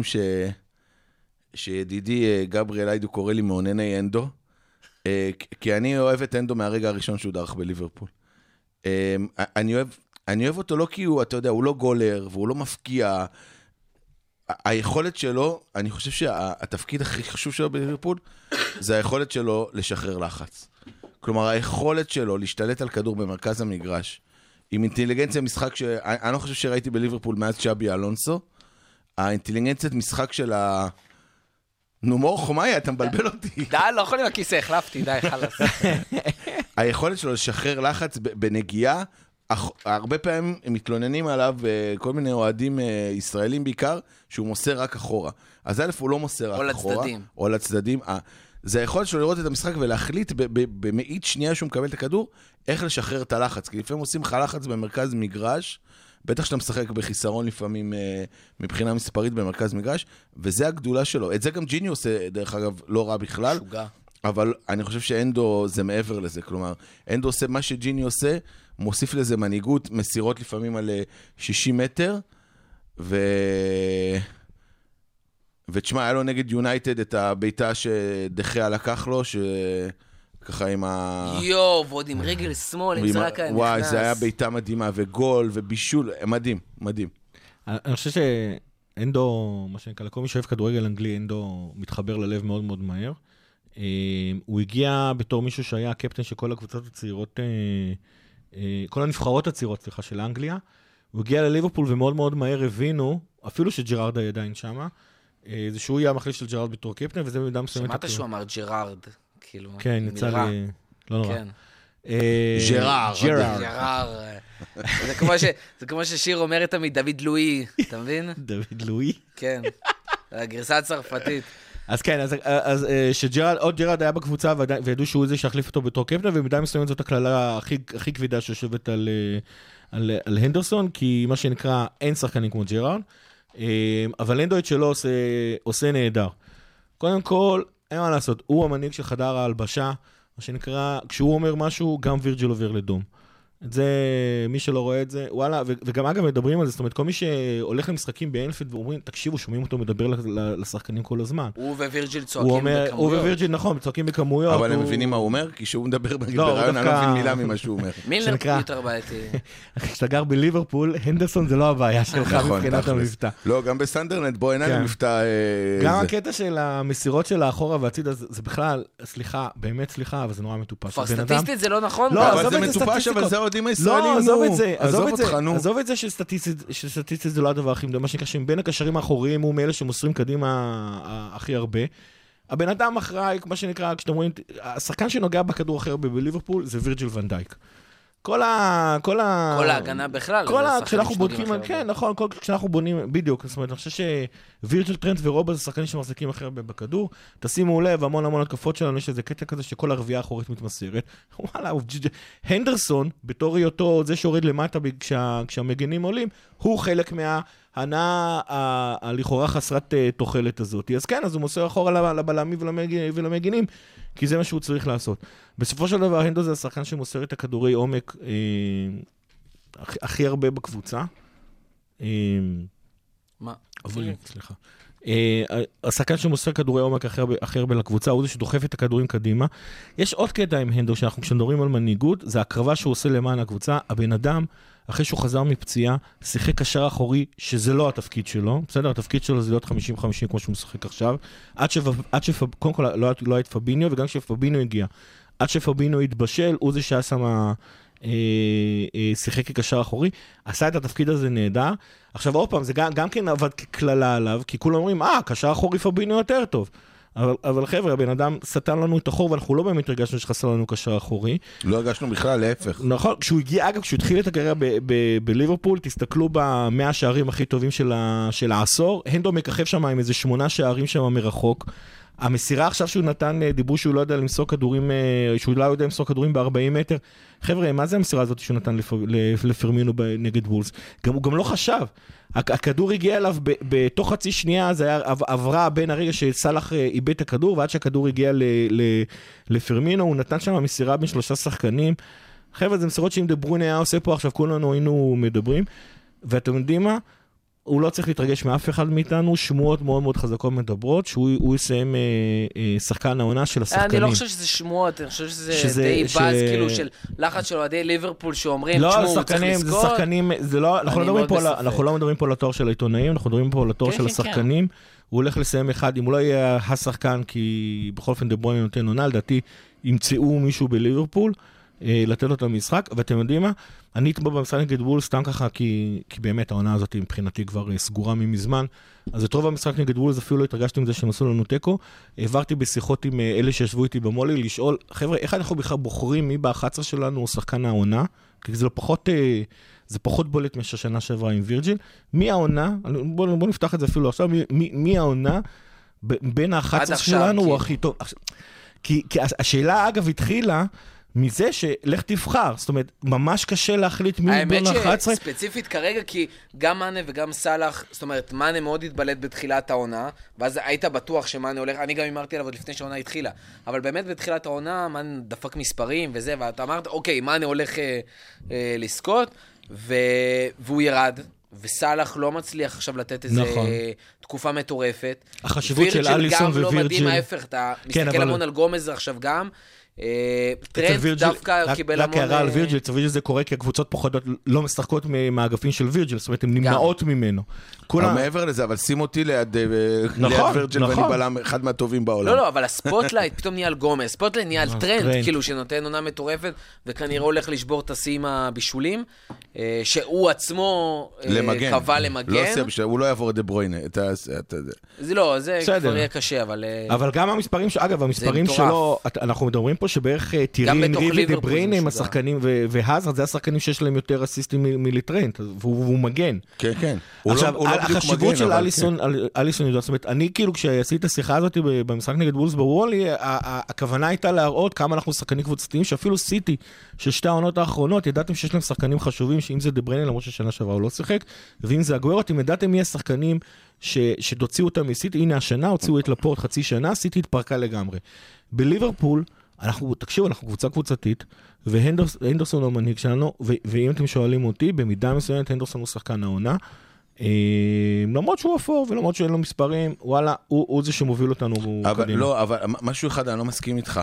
שידידי גבריאל איידו קורא לי מעונני אנדו, כי אני אוהב את אנדו מהרגע הראשון שהוא דרך בליברפול. אני אוהב, אני אוהב אותו לא כי הוא, אתה יודע, הוא לא גולר, והוא לא מפקיע. היכולת שלו, אני חושב שהתפקיד הכי חשוב שלו בליברפול, זה היכולת שלו לשחרר לחץ. כלומר, היכולת שלו להשתלט על כדור במרכז המגרש, עם אינטליגנציה משחק אני לא חושב שראיתי בליברפול מאז צ'אבי אלונסו, האינטליגנציית משחק של נו מור חומאי, אתה מבלבל אותי. די, לא יכול עם הכיסא, החלפתי, די, חלס. היכולת שלו לשחרר לחץ בנגיעה, הרבה פעמים הם מתלוננים עליו, כל מיני אוהדים ישראלים בעיקר, שהוא מוסר רק אחורה. אז א' הוא לא מוסר רק אחורה. או לצדדים. או לצדדים. זה היכולת שלו לראות את המשחק ולהחליט במאית שנייה שהוא מקבל את הכדור, איך לשחרר את הלחץ. כי לפעמים עושים לך לחץ במרכז מגרש, בטח שאתה משחק בחיסרון לפעמים מבחינה מספרית במרכז מגרש, וזה הגדולה שלו. את זה גם ג'יני עושה, דרך אגב, לא רע בכלל. שוגע. אבל אני חושב שאנדו זה מעבר לזה. כלומר, אנדו עושה מה שג'יני עושה, מוסיף לזה מנהיגות, מסירות לפעמים על 60 מטר, ותשמע, היה לו נגד יונייטד את הביתה שדחיה לקח לו, שככה עם ועוד עם רגל שמאל, עם זרקה נכנס. וואי, זה היה ביתה מדהימה, וגול, ובישול, מדהים, מדהים. אני חושב שאנדו, מה שנקרא, לכל מי שאוהב כדורגל אנגלי, אנדו מתחבר ללב מאוד מאוד מהר. הוא הגיע בתור מישהו שהיה הקפטן של כל הקבוצות הצעירות, כל הנבחרות הצעירות, סליחה, של אנגליה. הוא הגיע לליברפול ומאוד מאוד מהר הבינו, אפילו שג'רארד היה עדיין שמה, זה שהוא יהיה המחליף של ג'רארד בתור קפטן, וזה במידה מסוימת... שמעת שהוא אמר ג'רארד, כאילו... כן, יצא לי... לא נורא. ג'רארד. זה כמו ששיר אומרת תמיד, דוד לואי, אתה מבין? דוד לואי? כן, הגרסה הצרפתית. אז כן, אז עוד ג'רארד היה בקבוצה, וידעו שהוא זה שהחליף אותו בתור קפטן, ובמידה מסוימת זאת הכללה הכי כבדה שיושבת על הנדרסון, כי מה שנקרא, אין שחקנים כמו ג'רארד, אבל אנדו שלו עושה נהדר. קודם כל, אין מה לעשות, הוא המנהיג של חדר ההלבשה, מה שנקרא, כשהוא אומר משהו, גם וירג'יל עובר לדום. את זה, מי שלא רואה את זה, וואלה, וגם אגב מדברים על זה, זאת אומרת, כל מי שהולך למשחקים באנפילד ואומרים, תקשיבו, שומעים אותו מדבר לשחקנים כל הזמן. הוא ווירג'יל צועקים בכמויות. הוא ווירג'יל, נכון, צועקים בכמויות. אבל הם מבינים מה הוא אומר, כי כשהוא מדבר ברעיון, אני לא מבין מילה ממה שהוא אומר. מילנר יותר בעייתי. כשאתה גר בליברפול, הנדרסון זה לא הבעיה שלך מבחינת המבטא. לא, גם בסנדרלנד, בוא אין מבטא... גם הקטע של המסירות של האחורה והצידה, זה בכלל, סליחה, באמת סליחה, אבל זה נורא מטופש. סטטיסטית זה לא נכון. לא, אבל זה מטופש, אבל זה האוהדים הישראלים, עזוב את זה שסטטיסטית זה לא הדבר הכי מדהים, מה שנקרא שבין הקשרים האחוריים הוא מאלה שמוסרים קדימה הכי הרבה. הבן אדם אחראי, מה שנקרא, כשאתם רואים, השחקן שנוגע בכדור אחר בליברפול זה וירג'יל ון דייק. כל ההגנה בכלל. כשאנחנו בודקים, כן, נכון, כשאנחנו בונים, בדיוק, זאת אומרת, אני חושב שווירג'יל טרנט ורובה זה שחקנים שמחזיקים הכי הרבה בכדור, תשימו לב, המון התקפות שלנו, יש איזה קטע כזה שכל הרביעה האחורית מתמסרת. וואלה, הנדרסון, בתור היותו זה שיורד למטה כשהמגנים עולים, הוא חלק מההנאה הלכאורה חסרת תוחלת הזאת. אז כן, אז הוא מוסר אחורה לבלמים ולמגנים, כי זה מה שהוא צריך לעשות. בסופו של דבר, הנדו זה השחקן שמוסר את הכדורי עומק הכי הרבה בקבוצה. מה? סליחה. השחקן שמוסר כדורי עומק הכי הרבה לקבוצה, הוא זה שדוחף את הכדורים קדימה. יש עוד קטע עם הנדו, שאנחנו כשמדברים על מנהיגות, זה הקרבה שהוא עושה למען הקבוצה. הבן אדם, אחרי שהוא חזר מפציעה, שיחק קשר אחורי, שזה לא התפקיד שלו. בסדר, התפקיד שלו זה להיות 50-50 כמו שהוא משחק עכשיו. קודם כל לא היה את פביניו, וגם כשפביניו הגיע. עד שפביניו התבשל, הוא זה שהיה שם שיחק כקשר אחורי, עשה את התפקיד הזה נהדר. עכשיו עוד פעם, זה גם כן עבד ככללה עליו, כי כולם אומרים, קשר אחורי פביניו יותר טוב. אבל חבר'ה, הבן אדם סתן לנו את החור, ואנחנו לא באמת הרגשנו שחסר לנו קשר אחורי. לא הרגשנו בכלל, להפך. נכון, כשהוא הגיע, אגב, כשהוא התחיל את הקריירה בליברפול, תסתכלו ב100 שערים הכי טובים של העשור, הנדו מככב שם עם איזה 8 שערים שם מרחוק. המסירה עכשיו שהוא נתן, דיברו שהוא לא יודע למסור כדורים, שהוא לא יודע למסור כדורים ב-40 מטר. חבר'ה, מה זה המסירה הזאת שהוא נתן לפרמינו נגד וולס? הוא גם לא חשב. הכדור הגיע אליו בתוך חצי שנייה, זה עברה בין הרגע שסלח איבד את הכדור, ועד שהכדור הגיע לפרמינו, הוא נתן שם מסירה בין 3 שחקנים. חבר'ה, זה מסירות שאם דה ברוינה היה עושה פה, עכשיו כולנו היינו מדברים. ואתם יודעים מה? הוא לא צריך להתרגש מאף אחד מאיתנו, שמועות מאוד מאוד חזקות מדברות, שהוא יסיים שחקן העונה של השחקנים. אני לא חושב שזה שמועות, אני חושב שזה די באז, כאילו, של לחץ של אוהדי ליברפול שאומרים, לא, תשמעו, הוא צריך לזכות. זה שחקנים, אנחנו לא מדברים פה על התואר של העיתונאים, אנחנו מדברים פה על התואר של השחקנים. הוא הולך לסיים אחד, אם הוא לא יהיה השחקן, כי בכל אופן דה ברויינה נותן עונה, לדעתי ימצאו מישהו בליברפול, לתת לו את המשחק, ואתם יודעים מה? אני אתבוא במשחק נגד וולס, סתם ככה, כי באמת העונה הזאת מבחינתי כבר סגורה ממזמן, אז את רוב המשחק נגד וולס אפילו לא התרגשתי עם זה שהם עשו לנו טקו, העברתי בשיחות עם אלה שישבו איתי במולי, לשאול, חבר'ה, איך אנחנו בכלל בוחרים מי ב-11 שלנו הוא שחקן העונה? כי זה פחות בולט מהשנה שעברה עם וירג'יל. מי העונה? בואו נפתח את זה אפילו עכשיו, מי העונה בין ה-11 שלנו הוא הכי טוב? כי השאלה אגב התחילה, מזה שלך תבחר, זאת אומרת, ממש קשה להחליט מי בין ה-11. האמת שספציפית כרגע, כי גם מאנה וגם סלאח, זאת אומרת, מאנה מאוד התבלט בתחילת העונה, ואז היית בטוח שמאנה הולך, אני גם אמרתי עליו עוד לפני שהעונה התחילה, אבל באמת בתחילת העונה, מאנה דפק מספרים וזה, ואתה אמרת, אוקיי, מאנה הולך לזכות, והוא ירד, וסלאח לא מצליח עכשיו לתת איזה תקופה מטורפת. החשיבות של אליסון ווירג'יל. גם לא מדהים ההפך, אתה מסתכל המון על גומז עכשיו גם, טרנד דווקא קיבל המון... רק הערה על וירג'יל, וירג'יל זה קורה כי הקבוצות פוחדות לא משחקות מהאגפים של וירג'יל, זאת אומרת, הן נמנעות ממנו. מעבר לזה, אבל שים אותי ליד וירג'יל ואני בלם אחד מהטובים בעולם. לא, אבל הספוטלייט פתאום נהיה על גומז, ספוטלייט נהיה על טרנד, כאילו שנותן עונה מטורפת, וכנראה הולך לשבור את השיאים הבישולים, שהוא עצמו קבע למגן. הוא לא יעבור את דה ברויינה. זה לא, זה כבר יהיה קשה, אבל... אבל גם המספרים, אגב, המספרים שלו, אנחנו מדברים פה שבערך טירי אנרי ודה בריינה הם השחקנים, והזרד זה השחקנים שיש להם יותר אסיסטים מליטרנט, והוא מגן. כן, כן. עכשיו, החשיבות של אליסון, זאת אומרת, אני כאילו כשעשיתי את השיחה הזאת במשחק נגד וולס בוולי, הכוונה הייתה להראות כמה אנחנו שחקנים קבוצתיים, שאפילו סיטי של שתי העונות האחרונות, ידעתם שיש להם שחקנים חשובים, שאם זה דה בריינה, למרות ששנה שעברה הוא לא שיחק, ואם זה הגוארו, אתם ידעתם מי השחקנים שתוציאו אותם מסיטי, הנה השנה, הוציאו את לפורט חצי שנה, סיטי התפרקה לגמרי. בליברפול, תקשיבו, אנחנו קבוצה קבוצתית, והנדרסון הוא המנהיג שלנו, ואם אתם שואלים אותי, במידה מסוימת הנדרסון הוא שחקן העונה, למרות שהוא אפור, ולמרות שאין לו מספרים, וואלה, הוא זה שמוביל אותנו קדימה. לא, אבל משהו אחד, אני לא מסכים איתך.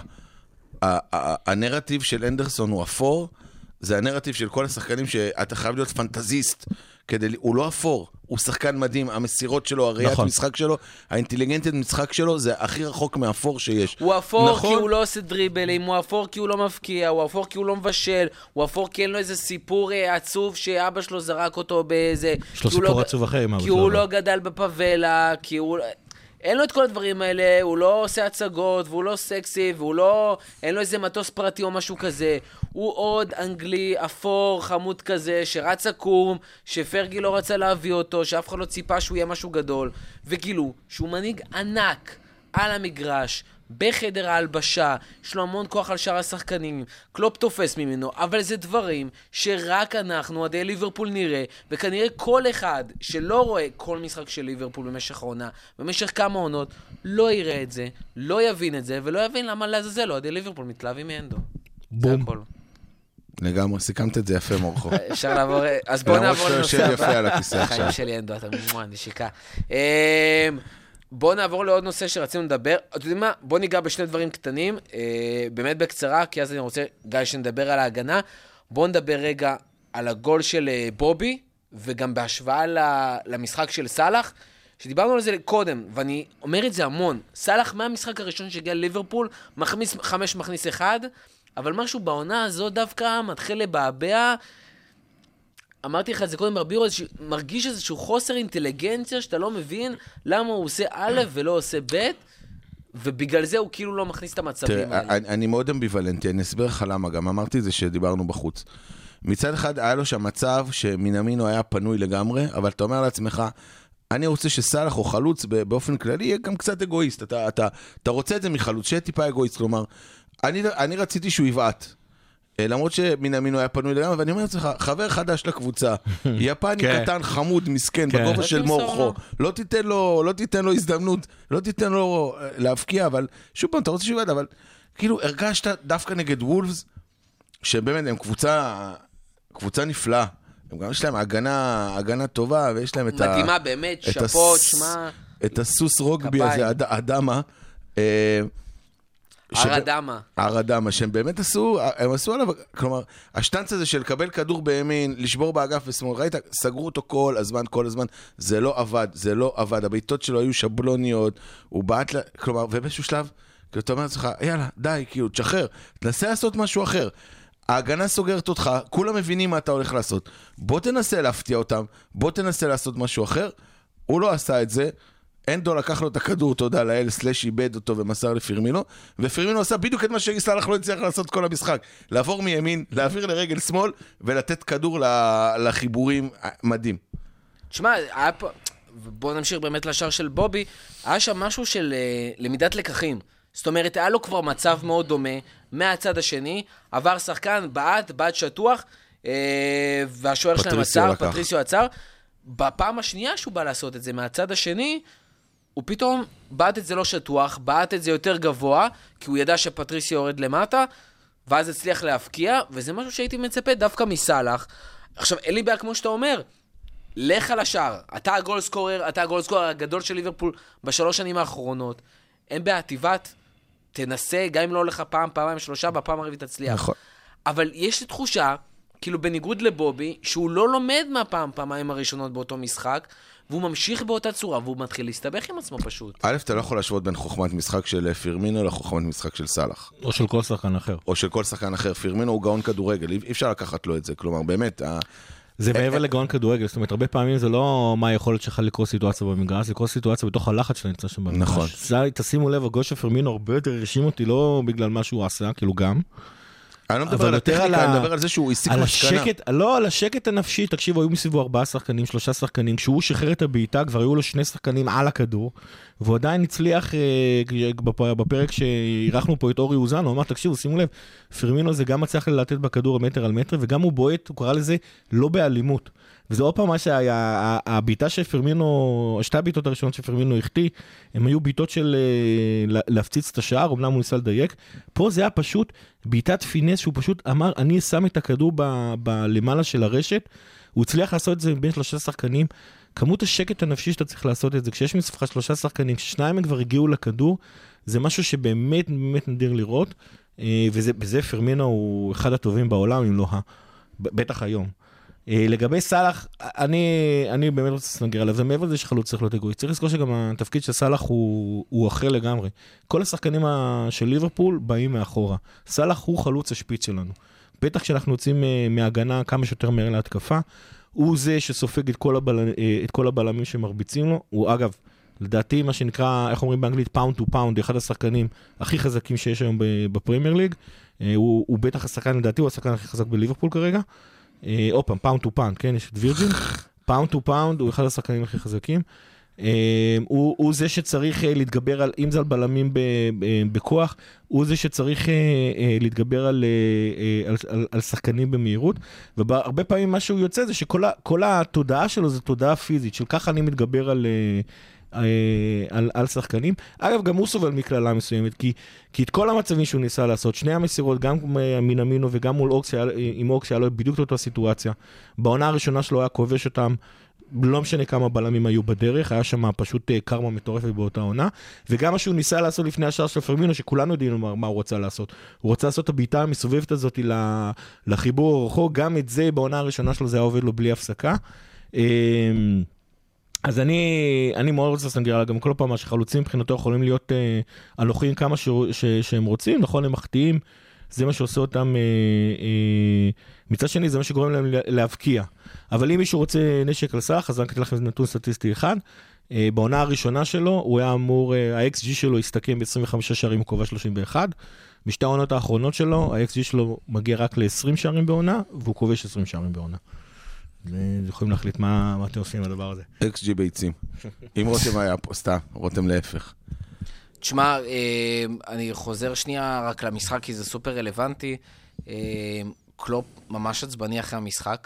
הנרטיב של הנדרסון הוא אפור, זה הנרטיב של כל השחקנים שאתה חייב להיות פנטזיסט, הוא לא אפור, הוא שחקן מדהים, המסירות שלו, הראיית משחק שלו, האינטליגנטית משחק שלו, זה הכי רחוק מאפור שיש. הוא אפור כי הוא לא עושה דריבלים, הוא אפור כי הוא לא מפקיע, הוא אפור כי הוא לא מבשל, הוא אפור כי אין לו איזה סיפור עצוב שאבא שלו זרק אותו באיזה... יש לו סיפור עצוב אחר עם אבא שלו. כי הוא לא גדל בפאבלה, כי הוא... אין לו את כל הדברים האלה, הוא לא עושה הצגות, והוא לא סקסי, אין לו איזה מטוס פרטי או משהו כזה. הוא עוד אנגלי, אפור, חמוד כזה, שרץ עקום, שפרגי לא רצה להביא אותו, שאף אחד לא ציפה שהוא יהיה משהו גדול. וגילו שהוא מנהיג ענק על המגרש, בחדר ההלבשה, יש לו המון כוח על שאר השחקנים, קלופ תופס ממנו, אבל זה דברים שרק אנחנו, עדי ליברפול נראה, וכנראה כל אחד שלא רואה כל משחק של ליברפול במשך העונה, במשך כמה עונות, לא יראה את זה, לא יבין את זה, ולא יבין למה לעזאזל לו, עדי ליברפול מתלהבים מאנדו. בום. לגמרי, סיכמת את זה יפה מורכו. אפשר לעבור, אז בוא נעבור לנושא הבא. יפה על הכיסא עכשיו. החיים שלי אנדו, אתה נשיקה. בואו נעבור לעוד נושא שרצינו לדבר. אתם יודעים מה? בואו ניגע בשני דברים קטנים, באמת בקצרה, כי אז אני רוצה, גיא, שנדבר על ההגנה. בואו נדבר רגע על הגול של בובי, וגם בהשוואה למשחק של סלאח, שדיברנו על זה קודם, ואני אומר את זה המון. סלאח מהמשחק הראשון שהגיע לליברפול, מכניס 5-1, אבל משהו בעונה הזו דווקא מתחיל לבעבע. אמרתי לך את זה קודם ברבירו, מרגיש איזשהו חוסר אינטליגנציה, שאתה לא מבין למה הוא עושה א' ולא עושה ב', ובגלל זה הוא כאילו לא מכניס את המצבים האלה. אני מאוד אמביוולנטי, אני אסביר לך למה, גם אמרתי את זה שדיברנו בחוץ. מצד אחד היה לו שם מצב שמנמינו היה פנוי לגמרי, אבל אתה אומר לעצמך, אני רוצה שסלאח או חלוץ באופן כללי יהיה גם קצת אגואיסט, אתה רוצה את זה מחלוץ, שיהיה טיפה אגואיסט, כלומר, אני רציתי שהוא יבעט. למרות שמנמינו היה פנוי לגמרי, ואני אומר לך, חבר חדש לקבוצה, יפני קטן, חמוד, מסכן, בגובה של מורחו, לא תיתן לו הזדמנות, לא תיתן לו להפקיע, אבל שוב פעם, אתה רוצה שיבד, אבל כאילו הרגשת דווקא נגד וולפס, שבאמת הם קבוצה נפלאה, הם גם יש להם הגנה טובה, ויש להם את מדהימה באמת, שפות, שמה... את הסוס רוגבי הזה, אדמה. ארדמה, שהם באמת עשו עליו, כלומר, השטנץ הזה של לקבל כדור בימין, לשבור באגף ושמאל, ראית, סגרו אותו כל הזמן, זה לא עבד, הבעיטות שלו היו שבלוניות, הוא בעט, כלומר, ובאיזשהו שלב, כאילו, אתה אומר לך, יאללה, די, כאילו, תשחרר, תנסה לעשות משהו אחר. ההגנה סוגרת אותך, כולם מבינים מה אתה הולך לעשות. בוא תנסה להפתיע אותם, בוא תנסה לעשות משהו אחר. הוא לא עשה את זה, אנדו לקח לו את הכדור, תודה לאל, סלש איבד אותו ומסר לפירמינו, ופירמינו עשה בדיוק את מה שסלאח לא הצליח לעשות כל המשחק. לעבור מימין, להעביר לרגל שמאל, ולתת כדור לחיבורים. מדהים. תשמע, בוא נמשיך באמת לשער של בובי, היה שם משהו של למידת לקחים. זאת אומרת, היה לו כבר מצב מאוד דומה, מהצד השני, עבר שחקן, בעט שטוח, והשוער שלהם עצר, פטריסיו עצר. בפעם השנייה שהוא בא לעשות את זה מהצד השני, הוא פתאום בעט את זה לא שטוח, בעט את זה יותר גבוה, כי הוא ידע שפטריסיו יורד למטה, ואז הצליח להפקיע, וזה משהו שהייתי מצפה דווקא מסלאח. עכשיו, אין לי בעיה כמו שאתה אומר, לך על השער, אתה הגול סקורר הגדול של ליברפול בשלוש שנים האחרונות, אין בעיה, טבעת, תנסה, גם אם לא הולך פעמיים, שלושה, בפעם הרביעית תצליח. נכון. אבל יש לי תחושה, כאילו בניגוד לבובי, שהוא לא לומד פעמיים הראשונות באותו משחק, והוא ממשיך באותה צורה, והוא מתחיל להסתבך עם עצמו פשוט. א', אתה לא יכול להשוות בין חוכמת משחק של פירמינו לחוכמת משחק של סלאח. או של כל שחקן אחר. פירמינו הוא גאון כדורגל, אי אפשר לקחת לו את זה. כלומר, באמת... זה מעבר לגאון כדורגל, זאת אומרת, הרבה פעמים זה לא מה היכולת שלך לקרוא סיטואציה במגרש, זה לקרוא סיטואציה בתוך הלחץ שאתה נמצא שם במגרש. נכון. תשימו לב, הגול של פירמינו הרבה יותר הרשים אותי, לא בגלל מה שהוא עשה, כאילו גם. אני לא מדבר על הטכניקה, אני מדבר על זה שהוא הסיק משכנה. לא, על השקט הנפשי, תקשיבו, היו מסביבו 4 שחקנים, 3 שחקנים, כשהוא שחרר את הבעיטה, כבר היו לו 2 שחקנים על הכדור, והוא עדיין הצליח, בפרק שעירכנו פה את אורי אוזן, הוא אמר, תקשיבו, שימו לב, פירמינו זה גם מצליח לתת בכדור מטר על מטר, וגם הוא בועט, הוא קרא לזה לא באלימות. וזה עוד פעם מה שהיה, הבעיטה של פירמינו, 2 הבעיטות הראשונות שפירמינו החטיא, הם היו בעיטות של להפציץ את השער, אומנם הוא ניסה לדייק. פה זה היה פשוט בעיטת פינס, שהוא פשוט אמר, אני שם את הכדור למעלה של הרשת, הוא הצליח לעשות את זה בין 3 שחקנים, כמות השקט הנפשי שאתה צריך לעשות את זה, כשיש מספר 3 שחקנים, כששניים הם כבר הגיעו לכדור, זה משהו שבאמת באמת נדיר לראות, וזה פירמינו הוא אחד הטובים בעולם, אם לא בטח היום. לגבי סלאח, אני באמת רוצה לסנגר עליו, זה מעבר לזה שחלוץ צריך להיות אגואיסט. צריך לזכור שגם התפקיד של סלאח הוא אחר לגמרי. כל השחקנים של ליברפול באים מאחורה. סלאח הוא חלוץ השפיץ שלנו. בטח כשאנחנו יוצאים מהגנה כמה שיותר מהר להתקפה, הוא זה שסופג את כל הבלמים שמרביצים לו. הוא אגב, לדעתי מה שנקרא, איך אומרים באנגלית, פאונד טו פאונד, אחד השחקנים הכי חזקים שיש היום בפרמייר ליג. הוא בטח השחקן, לדעתי הוא השחקן הכי חזק בליברפול כרגע. אופן, פאונד טו פאונד, כן, יש את וירג'ין, פאונד טו פאונד, הוא אחד השחקנים הכי חזקים, הוא זה שצריך להתגבר על, אם זה על בלמים בכוח, הוא זה שצריך להתגבר על שחקנים במהירות, והרבה פעמים מה שהוא יוצא זה שכל התודעה שלו זה תודעה פיזית, של ככה אני מתגבר על שחקנים. אגב, גם הוא סובל מכללה מסוימת, כי את כל המצבים שהוא ניסה לעשות, שני המסירות, גם מינמינו וגם מול אוקס, עם אוקס, היה לו בדיוק אותה סיטואציה. בעונה הראשונה שלו היה כובש אותם, לא משנה כמה בלמים היו בדרך, היה שם פשוט קרמה מטורפת באותה עונה, וגם מה שהוא ניסה לעשות לפני השער של פירמינו, שכולנו יודעים מה הוא רוצה לעשות. הוא רוצה לעשות את הבעיטה המסובבת הזאת לחיבור הרחוק, גם את זה בעונה הראשונה שלו זה היה עובד לו בלי הפסקה. אז אני מאוד רוצה לסנגר עליו, גם כל פעם שחלוצים מבחינתו יכולים להיות הלוחים כמה שהם רוצים, נכון, הם מחטיאים, זה מה שעושה אותם, מצד שני זה מה שגורם להם להבקיע. אבל אם מישהו רוצה נשק על סך, אז אני אתן לכם נתון סטטיסטי אחד, בעונה הראשונה שלו, הוא היה אמור, ה-XG שלו הסתכם ב-25 שערים, הוא כובש 31, בשתי העונות האחרונות שלו, ה-XG שלו מגיע רק ל-20 שערים בעונה, והוא כובש 20 שערים בעונה. יכולים להחליט מה אתם עושים עם הדבר הזה. XG ביצים. אם רותם היה פה, סתם, רותם להפך. תשמע, אני חוזר שנייה רק למשחק, כי זה סופר רלוונטי. קלופ ממש עצבני אחרי המשחק.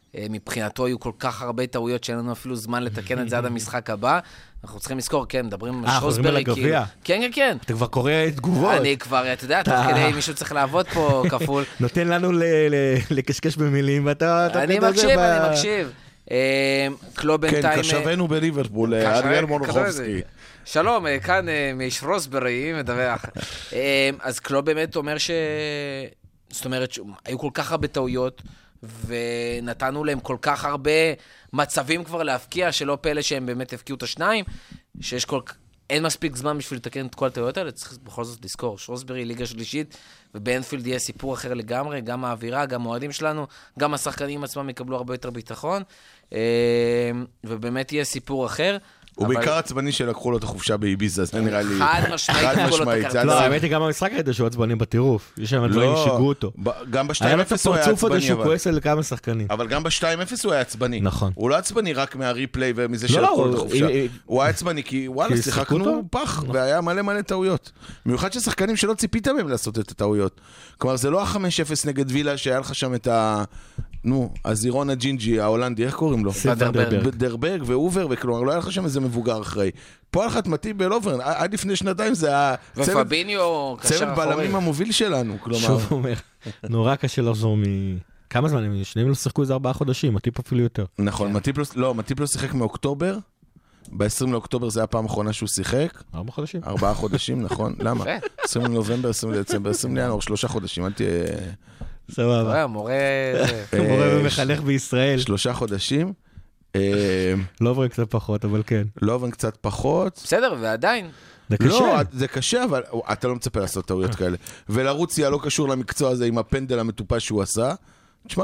מבחינתו היו כל כך הרבה טעויות שאין לנו אפילו זמן לתקן את זה עד המשחק הבא. אנחנו צריכים לזכור, כן, מדברים על שרוסברי, כאילו. כן, כן, כן. אתה כבר קורא תגובות. אני כבר, אתה יודע, תוך כדי מישהו צריך לעבוד פה כפול. נותן לנו לקשקש במילים, ואתה... אני מקשיב. קלוב בינתיים... כן, קשבנו בליברפול, אריאל מונחובסקי. שלום, כאן משרוסברי, מדווח. אז קלוב באמת אומר זאת אומרת, היו כל כך הרבה טעויות, ונתנו להם כל כך הרבה מצבים כבר להפקיע, שלא פלא שהם באמת הפקיעו את השניים, אין מספיק זמן בשביל לתקן את כל הטעויות האלה, צריך בכל זאת לזכור, שרוסברי ליגה שלישית, ובאנפילד יהיה סיפור אחר לגמרי, גם האווירה, גם האוהדים שלנו, גם השחקנים עצמם יקבלו הרבה יותר ביטחון, ובאמת יהיה סיפור אחר. ובעיקר עצבני שלקחו לו את החופשה באיביזה, זה נראה לי... חד משמעית. לא, האמת היא גם במשחק היית שהוא עצבנים בטירוף. יש שם דברים שיגעו אותו. גם ב-2-0 היה לו את הוא היה הפרצוף הזה עצבני, שהוא כועס על כמה שחקנים. אבל גם ב-2-0 הוא היה עצבני. נכון. הוא לא עצבני רק מהריפליי ומזה שלקחו לו את החופשה. הוא היה עצבני כי וואלה, שיחקנו פח, והיה מלא טעויות. במיוחד ששחקנים שלא ציפית מהם לעשות את הטעויות. כלומר, זה לא ה-5-0 נגד וילה שהיה לך שם את ה... הזירון הג'ינג'י, ההולנדי, איך קוראים לו? דרברג ואובר, וכלומר, לא היה לך שם איזה מבוגר אחרי. פה היה לך את מטיב בלוברן, עד לפני שנתיים זה היה צוות בלמים המוביל שלנו, כלומר. שוב אומר, נורא קשה לחזור כמה זמן? שניהם לא שיחקו איזה 4 חודשים, מטיפ אפילו יותר. נכון, מטיפ לא שיחק מאוקטובר, ב-20 לאוקטובר זה היה הפעם האחרונה שהוא שיחק. 4 חודשים. 4 חודשים, נכון. למה? 20 לנובמבר, 20 לדצמבר, 20 לינואר, 3 חודשים, אל תהיה... סבבה. מורה ומחנך בישראל. 3 חודשים. לוברן קצת פחות, אבל כן. לוברן קצת פחות. בסדר, ועדיין. זה קשה. לא, זה קשה, אבל אתה לא מצפה לעשות טעויות כאלה. ולרוציה לא קשור למקצוע הזה עם הפנדל המטופש שהוא עשה. תשמע,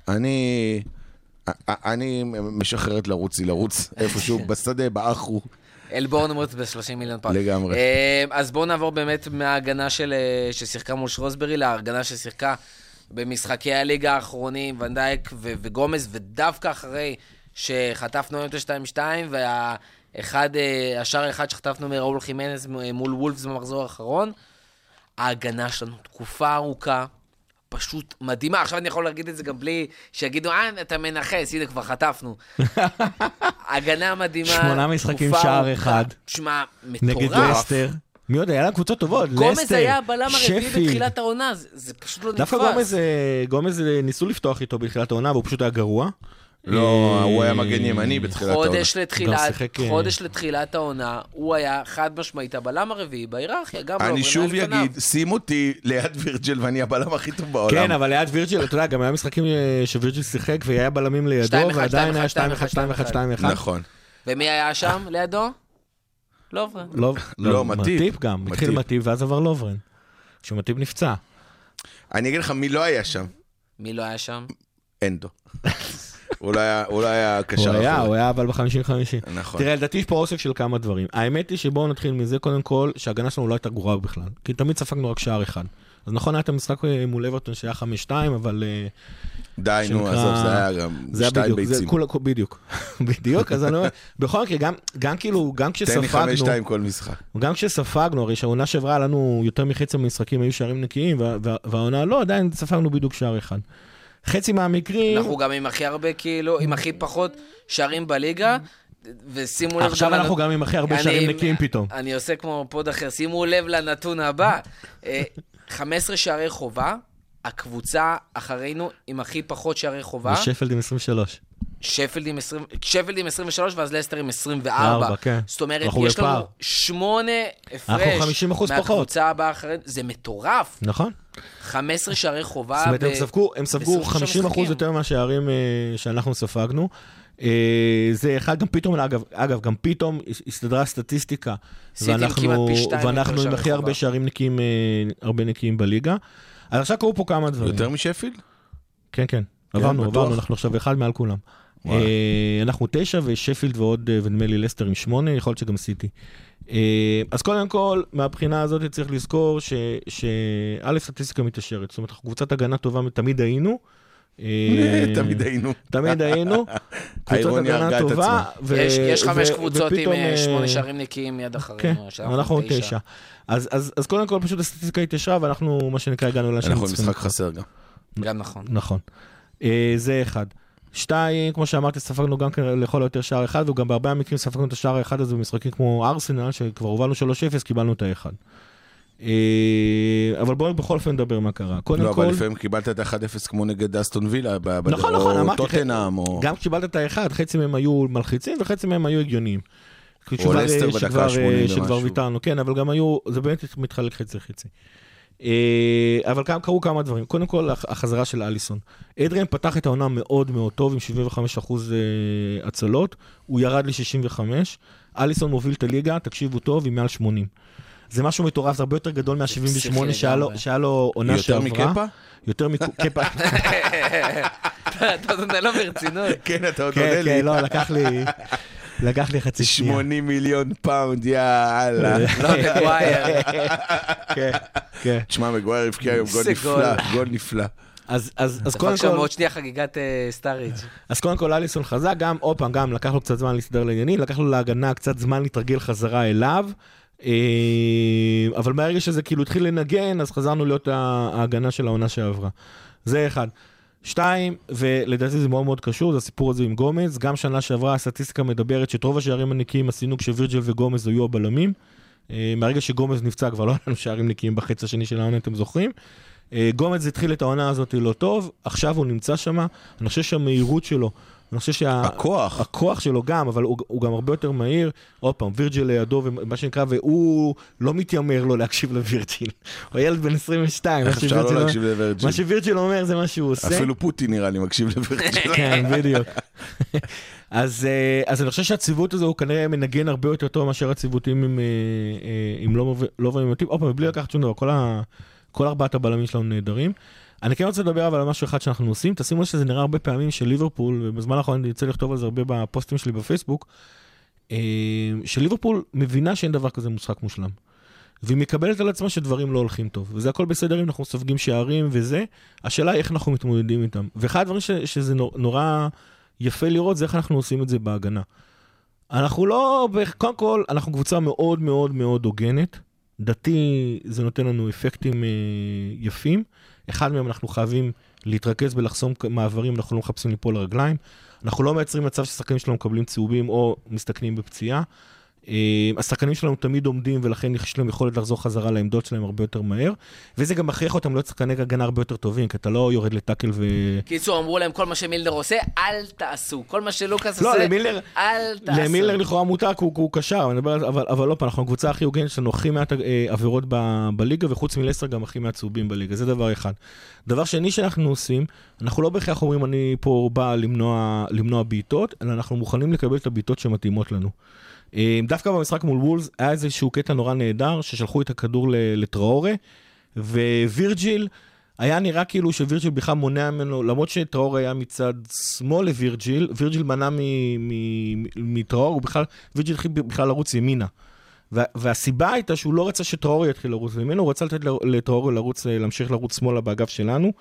אני משחררת לרוץ איפשהו בשדה, באחו. אל בורנמוט ב-30 מיליון פעם. לגמרי. אז בואו נעבור באמת מההגנה ששיחקה מול שרוסברי להגנה ששיחקה במשחקי הליגה האחרונים, ונדייק וגומז, ודווקא אחרי שחטפנו את ה-2-2, והשאר אחד שחטפנו מראול חימנס מול וולפס במחזור האחרון, ההגנה שלנו תקופה ארוכה, פשוט מדהימה. עכשיו אני יכול להגיד את זה גם בלי שיגידו, אתה מנחס, הנה כבר חטפנו. הגנה מדהימה. 8 משחקים שער אחד. שמע, מטורף. נגד לסטר. מי יודע, היה להם קבוצות טובות. גומז היה הבלם הרביעי בתחילת העונה, זה פשוט לא נתפס. דווקא גומז ניסו לפתוח איתו בתחילת העונה, והוא פשוט היה גרוע. לא, הוא היה מגן ימני בתחילת העונה. חודש לתחילת העונה, הוא היה חד משמעית הבלם הרביעי בהיררכיה. אני שוב אגיד, שים אותי ליד וירג'ל ואני הבלם הכי טוב בעולם. כן, אבל ליד וירג'ל, אתה יודע, גם היה משחקים שווירג'ל שיחק והיה בלמים לידו, ועדיין היה 2-1, 2-1. נכון. ומי היה שם לידו? לוברן. לא, מטיפ גם. התחיל מטיפ ואז עבר לוברן. כשמטיפ נפצע. אני אגיד לך מי לא היה שם. מי לא היה שם? אנדו. הוא לא היה קשר. הוא היה אבל ב-50-50. נכון. תראה, לדעתי יש פה אוסף של כמה דברים. האמת היא שבואו נתחיל מזה קודם כל, שההגנה שלנו לא הייתה גרועה בכלל. כי תמיד ספגנו רק שער אחד. אז נכון, היה את המשחק מול אברטון שהיה 5-2, אבל... די, נו, עזוב, זה היה גם 2 ביצים. בדיוק, אז אני אומר, בכל מקרה, גם כאילו, גם כשספגנו... תן לי 5-2 כל משחק. גם כשספגנו, הרי שהעונה שעברה לנו יותר מחצי מהמשחקים היו שערים נקיים, והעונה לא, עדיין ספגנו בדיוק שער אחד. חצי מהמקרים... אנחנו גם עם הכי הרבה, כאילו, עם הכי פחות שערים בליגה, ושימו לב... עכשיו אנחנו גם עם הכי הרבה שערים נקיים פתאום. אני עושה כמו פוד אחר, שימו לב לנתון הבא. 15 שערי חובה, הקבוצה אחרינו עם הכי פחות שערי חובה. ושפלד עם 23. שפלד עם 23, ואז לסטר עם 24. זאת אומרת, יש לנו 8 הפרש מהקבוצה הבאה אחרינו. זה מטורף. נכון. 15 שערי חובה. זאת אומרת, הם ספגו 50% יותר מהשערים שאנחנו ספגנו. זה אחד, גם פתאום, אגב, גם פתאום הסתדרה סטטיסטיקה, ואנחנו עם הכי הרבה שערים נקיים, הרבה נקיים בליגה. אז עכשיו קראו פה כמה דברים. יותר משפילד? כן, כן. עברנו, אנחנו עכשיו אחד מעל כולם. אנחנו 9 ושפילד ועוד, ונדמה לי לסטר עם 8, יכול להיות שגם סיטי. אז קודם כל, מהבחינה הזאת צריך לזכור שא' סטטיסטיקה מתאשרת. זאת אומרת, קבוצת הגנה טובה תמיד היינו. תמיד היינו. קבוצת הגנה טובה. יש 5 קבוצות עם 8 שערים נקיים מיד אחרינו. אנחנו 9. אז קודם כל פשוט הסטטיסטיקה התאשרה, ואנחנו, מה שנקרא, הגענו לאנשים. אנחנו משחק חסר גם. גם נכון. נכון. זה אחד. 2, כמו שאמרתי, ספגנו גם לכל היותר שער אחד, וגם בהרבה המקרים ספגנו את השער האחד הזה במשחקים כמו ארסנל, שכבר הובלנו 3-0, קיבלנו את האחד. אבל בואו בכל אופן נדבר מה קרה. לא, אבל לפעמים קיבלת את ה-1-0 כמו נגד אסטון וילה, נכון, או טוטנהאם, גם קיבלת את האחד, חצי מהם היו מלחיצים, וחצי מהם היו הגיוניים. או לסטר בדקה 80 שכבר ומשהו. ויתרנו, כן, אבל גם היו, זה באמת מתחלק חצי. אבל גם קראו כמה דברים. קודם כל, החזרה של אליסון. אדריאן פתח את העונה מאוד מאוד טוב, עם 75% הצלות, הוא ירד ל-65, אליסון מוביל את הליגה, תקשיבו טוב, עם מעל 80. זה משהו מטורף, זה הרבה יותר גדול מה-78 שהיה לו עונה שעברה. יותר מקפה? יותר מקפה. אתה עונה לו ברצינות. כן, אתה עוד עונה לי. כן, לא, לקח לי חצי שנייה. 80 מיליון פאונד, יאללה. לא, מגווייר. כן. תשמע, מגווייר הבקיע היום גול נפלא, גול נפלא. אז קודם עכשיו כל... מאוד שנייה חגיגת סטאריג'. אז קודם כל אליסון חזק, גם לקח לו קצת זמן להסתדר לעניינים, לקח לו להגנה קצת זמן להתרגל חזרה אליו, אבל מהרגע שזה כאילו התחיל לנגן, אז חזרנו להיות ההגנה של העונה שעברה. זה אחד. 2, ולדעתי זה מאוד מאוד קשור, זה הסיפור הזה עם גומז, גם שנה שעברה הסטטיסטיקה מדברת שאת רוב השערים הנקיים עשינו כשווירג'ל וגומז היו הבלמים, מהרגע שגומז נפצע כבר לא היה לנו שערים נקיים בחצי השני של העונה, אתם זוכרים? גומז התחיל את העונה הזאת לא טוב, עכשיו הוא נמצא שם, אני חושב שהמהירות שלו, אני חושב הכוח שלו גם, אבל הוא גם הרבה יותר מהיר, עוד פעם, וירג'ל לידו, ומה שנקרא, והוא לא מתיימר לו להקשיב לווירג'ל. הוא ילד בן 22, איך אפשר לא להקשיב לווירג'ל? מה שווירג'ל אומר זה מה שהוא עושה. אפילו פוטין נראה לי מקשיב לווירג'ל. כן, בדיוק. אז אני חושב שהציוות הזה הוא כנראה מנגן הרבה יותר טוב מאשר הציוותים עם לא ומתים. עוד פעם, בלי לקחת שום דבר, כל 4 הבלמים שלנו נהדרים. אני כן רוצה לדבר אבל על משהו אחד שאנחנו עושים, תשימו שזה נראה הרבה פעמים של ליברפול, ובזמן האחרון אני רוצה לכתוב על זה הרבה בפוסטים שלי בפייסבוק, שליברפול מבינה שאין דבר כזה משחק מושלם. והיא מקבלת על עצמה שדברים לא הולכים טוב. וזה הכל בסדר אם אנחנו סופגים שערים וזה, השאלה היא איך אנחנו מתמודדים איתם. ואחד הדברים שזה נורא יפה לראות, זה איך אנחנו עושים את זה בהגנה. אנחנו לא, קודם כל, אנחנו קבוצה מאוד מאוד מאוד הוגנת, דתי זה נותן לנו אפקטים יפים, אחד מהם אנחנו חייבים להתרכז ולחסום מעברים, אנחנו לא מחפשים ליפול לרגליים, אנחנו לא מייצרים מצב ששחקנים שלנו מקבלים צהובים או מסתכנים בפציעה, השחקנים שלנו תמיד עומדים ולכן יש להם יכולת לחזור חזרה לעמדות שלהם הרבה יותר מהר, וזה גם מכריח אותם להיות שחקני הגנה הרבה יותר טובים, כי אתה לא יורד לטאקל קיצור, אמרו להם כל מה שמילנר עושה, אל תעשו, כל מה שלוקאס לא, עושה, אל תעשו. למילנר לכאורה מותר, כי הוא קשר, אבל לא פעם, אנחנו הקבוצה הכי הוגנת שלנו, הכי מעט עבירות בליגה, וחוץ מלסטר גם הכי מעט צהובים בליגה, זה דבר אחד. דבר שני שאנחנו עושים, אנחנו לא בהכרח אומרים, אני פה בא למנוע בעיטות, אלא אנחנו מוכנים לקבל את הבעיטות שמתאימות לנו. דווקא במשחק מול וולס היה איזשהו קטע נורא נהדר ששלחו את הכדור לטראורה, ווירג'יל היה נראה כאילו שווירג'יל בכלל מונע ממנו, למרות שטראורה היה מצד שמאל לווירג'יל, וירג'יל מנע מטראורה, וירג'יל התחיל בכלל לרוץ ימינה. והסיבה הייתה שהוא לא רצה שטראורה יתחיל לרוץ ימינה, הוא רצה לתת לטראורה להמשיך לרוץ שמאלה באגף שלנו,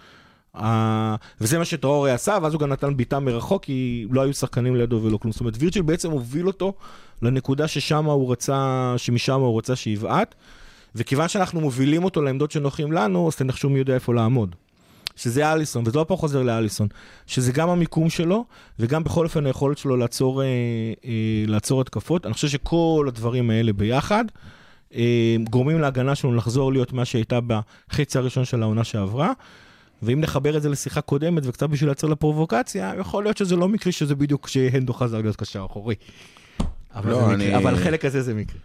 וזה מה שטראורה עשה, ואז הוא גם נתן ביטה מרחוק, כי לא היו שחקנים לידו ולא כלום. זאת אומרת, וירג'יל בעצם הוביל אותו לנקודה שמשם הוא רצה שיבעט, וכיוון שאנחנו מובילים אותו לעמדות שנוחים לנו, אז תנחשו מי יודע איפה לעמוד. שזה אליסון, וזה לא פה חוזר לאליסון, שזה גם המיקום שלו, וגם בכל אופן היכולת שלו לעצור התקפות. אני חושב שכל הדברים האלה ביחד, גורמים להגנה שלנו לחזור להיות מה שהייתה בחצי הראשון של העונה שעברה, ואם נחבר את זה לשיחה קודמת, וקצת בשביל לייצר לפרובוקציה, יכול להיות שזה לא מקרי, שזה בדיוק שהנדו חזר להיות קשר אחורי. אבל החלק הזה זה מקרי.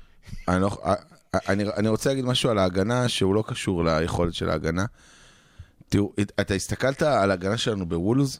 אני רוצה להגיד משהו על ההגנה, שהוא לא קשור ליכולת של ההגנה. תראו, אתה הסתכלת על ההגנה שלנו בוולס,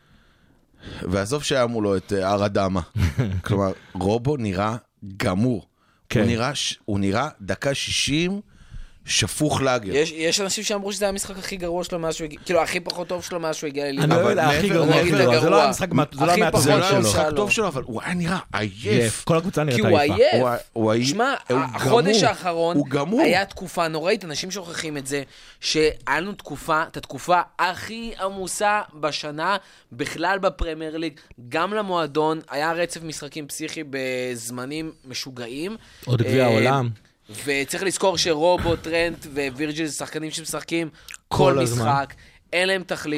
ועזוב שהיה מולו את ארדמה. כלומר, רובו נראה גמור. הוא נראה דקה 60, שפוך לאגר. יש אנשים שאמרו שזה המשחק הכי גרוע שלו משהו, כאילו הכי פחות טוב שלו משהו הגיע לליגה. אני לא יודע, הכי גרוע, זה לא המשחק, זה לא המשחק טוב שלו, אבל הוא היה נראה עייף. כל הקבוצה נראית עייפה. כי הוא עייף. שמע, החודש האחרון היה תקופה נוראית, אנשים שוכחים את זה, שהיה לנו את התקופה הכי עמוסה בשנה, בכלל בפרמייר ליג, גם למועדון, היה רצף משחקים פסיכי בזמנים משוגעים. עוד גביע העולם. וצריך לזכור שרובו, טרנט ווירג'יל זה שחקנים שמשחקים כל משחק, אין להם תחליף,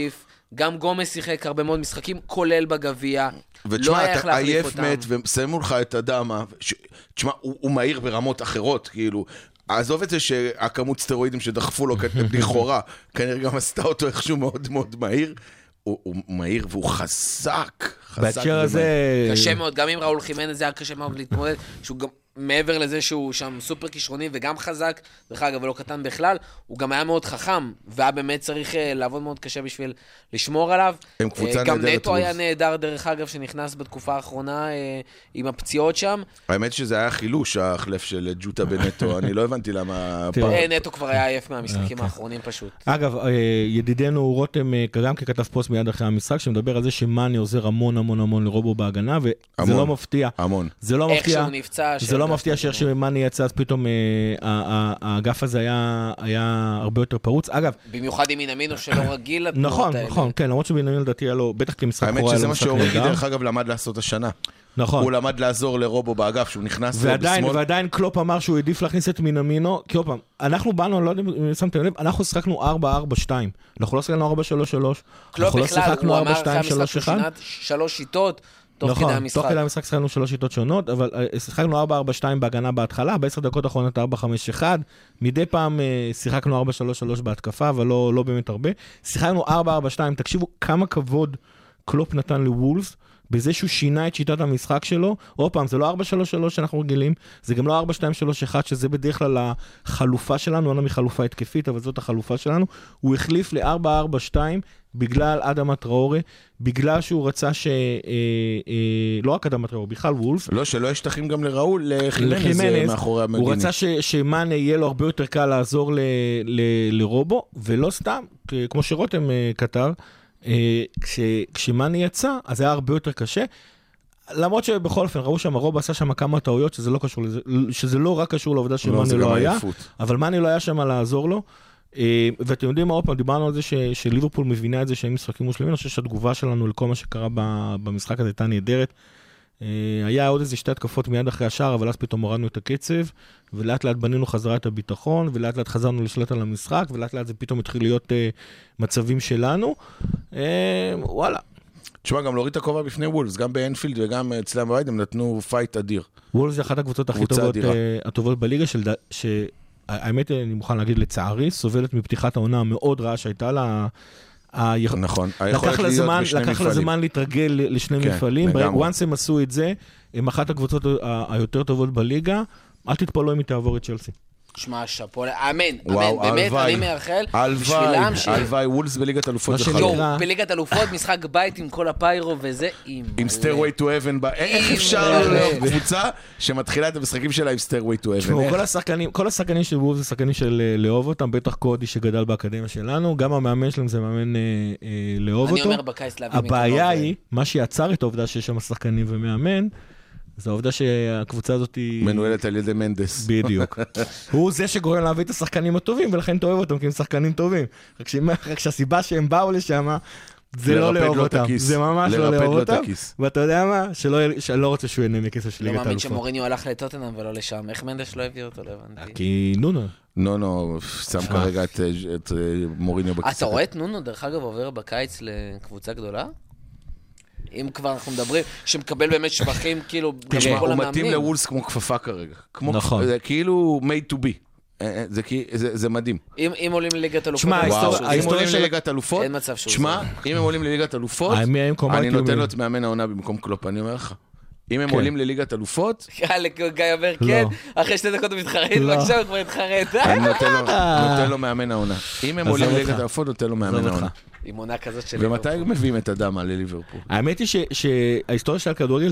גם גומס שיחק הרבה מאוד משחקים, כולל בגביע. ותשמע, אתה עייף מת, ושמו לך את הדמה. תשמע, הוא מהיר ברמות אחרות, כאילו. עזוב את זה שהכמות סטרואידים שדחפו לו לכאורה, כנראה גם עשתה אותו איכשהו מאוד מאוד מהיר. הוא מהיר והוא חזק. בהקשר הזה... קשה מאוד, גם אם ראול חימנז זה היה קשה מאוד להתמודד, שהוא גם... מעבר לזה שהוא שם סופר כישרוני וגם חזק, דרך אגב, ולא קטן בכלל, הוא גם היה מאוד חכם, והיה באמת צריך לעבוד מאוד קשה בשביל לשמור עליו. הם קבוצה גם נהדרת. נטו היה נהדר, דרך אגב, שנכנס בתקופה האחרונה עם הפציעות שם. האמת שזה היה חילוש, ההחלף של ג'וטה בנטו, אני לא הבנתי למה... נטו כבר היה עייף מהמשחקים האחרונים פשוט. אגב, ידידנו רותם, גם ככתב פוסט מיד אחרי המשחק, שמדבר על זה שמאני עוזר המון המון המון לרובו בהגנה, וזה לא מפתיע. המון. זה לא מפתיע. איך שהוא נפצע. זה לא מפתיע שאיך שמאני יצא, אז פתאום האגף הזה היה הרבה יותר פרוץ. אגב... במיוחד עם מינמינו שלא רגיל לתנועות האלה. נכון, כן, למרות שבינמינו לדעתי היה לו, בטח כמשחק האמת קורה, שזה מה שאוריגי דרך אגב למד לעשות השנה. נכון. הוא למד לעזור לרובו באגף, שהוא נכנס בשמאל. ועדיין קלופ אמר שהוא העדיף להכניס את מינמינו, כי עוד פעם, אנחנו באנו, אני לא יודע אם שמתם לב, אנחנו שחקנו 4-4-2, אנחנו לא שחקנו 4-3-3, קלופ בכלל, הוא אמר אחרי המשחק 3 שיטות, תוך כדי המשחק. תוך כדי המשחק שחקנו 3 שיטות שונות, אבל שחקנו 4-4-2 בהגנה בהתחלה, ב10 דקות האחרונות 4-5-1, מדי פעם שיחקנו 4-3-3 בהתקפה, אבל לא באמת הרבה. שיחקנו 4-4-2, תקשיבו כמה כבוד קלופ נתן לוולס, בזה שהוא שינה את שיטת המשחק שלו. עוד פעם, זה לא 4-3-3 שאנחנו רגילים, זה גם לא 4-2-3-1, שזה בדרך כלל החלופה שלנו, אין מחלופה התקפית, אבל זאת החלופה שלנו. הוא החליף ל-4-4-2 בגלל אדם טראורי, בגלל שהוא רצה לא רק אדם טראורי, בכלל וולף. לא, שלא ישתחים גם לראול, לחימנז מאחורי המגינים. הוא רצה שמאנה יהיה לו הרבה יותר קל לעזור לרובו, ולא סתם, כמו שרותם כתב, כשמאני יצא, אז היה הרבה יותר קשה, למרות שבכל אופן ראו שם, רוב עשה שם כמה טעויות, שזה לא רק קשור לעובדה שמאני לא היה, אבל מאני לא היה שם לעזור לו, ואתם יודעים מה, עוד פעם, דיברנו על זה שליברפול מבינה את זה שהם משחקים מושלמים, אני חושב שהתגובה שלנו לכל מה שקרה במשחק הזה הייתה נהדרת, היה עוד איזה 2 התקפות מיד אחרי השער, אבל אז פתאום הורדנו את הקצב, ולאט לאט בנינו חזרה את הביטחון, ולאט לאט חזרנו לשלט על המשחק, ולאט לאט זה פתאום התחיל להיות מצבים שלנו. וואלה. תשמע, גם להוריד את הכובע בפני וולפס, גם באנפילד וגם אצלם בבית, הם נתנו פייט אדיר. וולפס זה אחת הקבוצות הכי הטובות בליגה, שהאמת אני מוכן להגיד לצערי, סובלת מפתיחת העונה המאוד רעה שהייתה לה, נכון, לקח לה זמן להתרגל לשני מפעלים, once הם עשו את זה, הם אחת הקבוצות היותר טובות בליגה, אל תתפלו אם היא תעבור את צ'לסי. שמע, שפו, אמן, באמת, אני מאחל, בשבילם הלוואי, וולס בליגת אלופות, בליגת אלופות, משחק בית עם כל הפיירו וזה, עם Stairway to Heaven, איך אפשר לקבוצה שמתחילה את המשחקים שלה עם Stairway to Heaven? כל השחקנים של וולס זה שחקנים של לאהוב אותם, בטח קודי שגדל באקדמיה שלנו, גם המאמן שלהם זה מאמן לאהוב אותו. אני אומר בקיץ להביא הבעיה היא, מה שיצר את העובדה שיש שם שחקנים ומאמן, זו העובדה שהקבוצה הזאת היא... מנוהלת על ידי מנדס. בדיוק. הוא זה שגורם להביא את השחקנים הטובים, ולכן אתה אוהב אותם כי הם שחקנים טובים. רק שהסיבה שהם באו לשם, זה לא לאהוב אותם. זה ממש לא לאהוב אותם. ואתה יודע מה? שלא רוצה שהוא ייהנה מכסף של ליגת האלופות. לא מאמין שמוריניו הלך לטוטנהאם ולא לשם. איך מנדס לא הביא אותו? לא הבנתי. כי נונו. נונו שם כרגע את מוריניו בכיסא. אתה רואה את נונו, דרך אגב, עובר בקיץ לקבוצה גדולה? אם כבר אנחנו מדברים, שמקבל באמת שבחים, כאילו, הוא מתאים לוולס כמו כפפה כרגע. נכון. זה כאילו made to be. זה מדהים. אם עולים לליגת אלופות, אם עולים לליגת אלופות, אין מצב שהוא תשמע, אם הם עולים לליגת אלופות, אני נותן לו את מאמן העונה במקום קלופ, אני אומר לך. אם הם עולים לליגת אלופות... גיא אומר כן, אחרי 2 דקות הוא מתחרט, ועכשיו הוא כבר מתחרט. אני נותן לו מאמן העונה. אם הם עולים לליגת אלופות, נותן לו מאמן העונה. עם עונה כזאת של ליברפול. ומתי מביאים את הדמה לליברפול? האמת היא שההיסטוריה של הכדורגל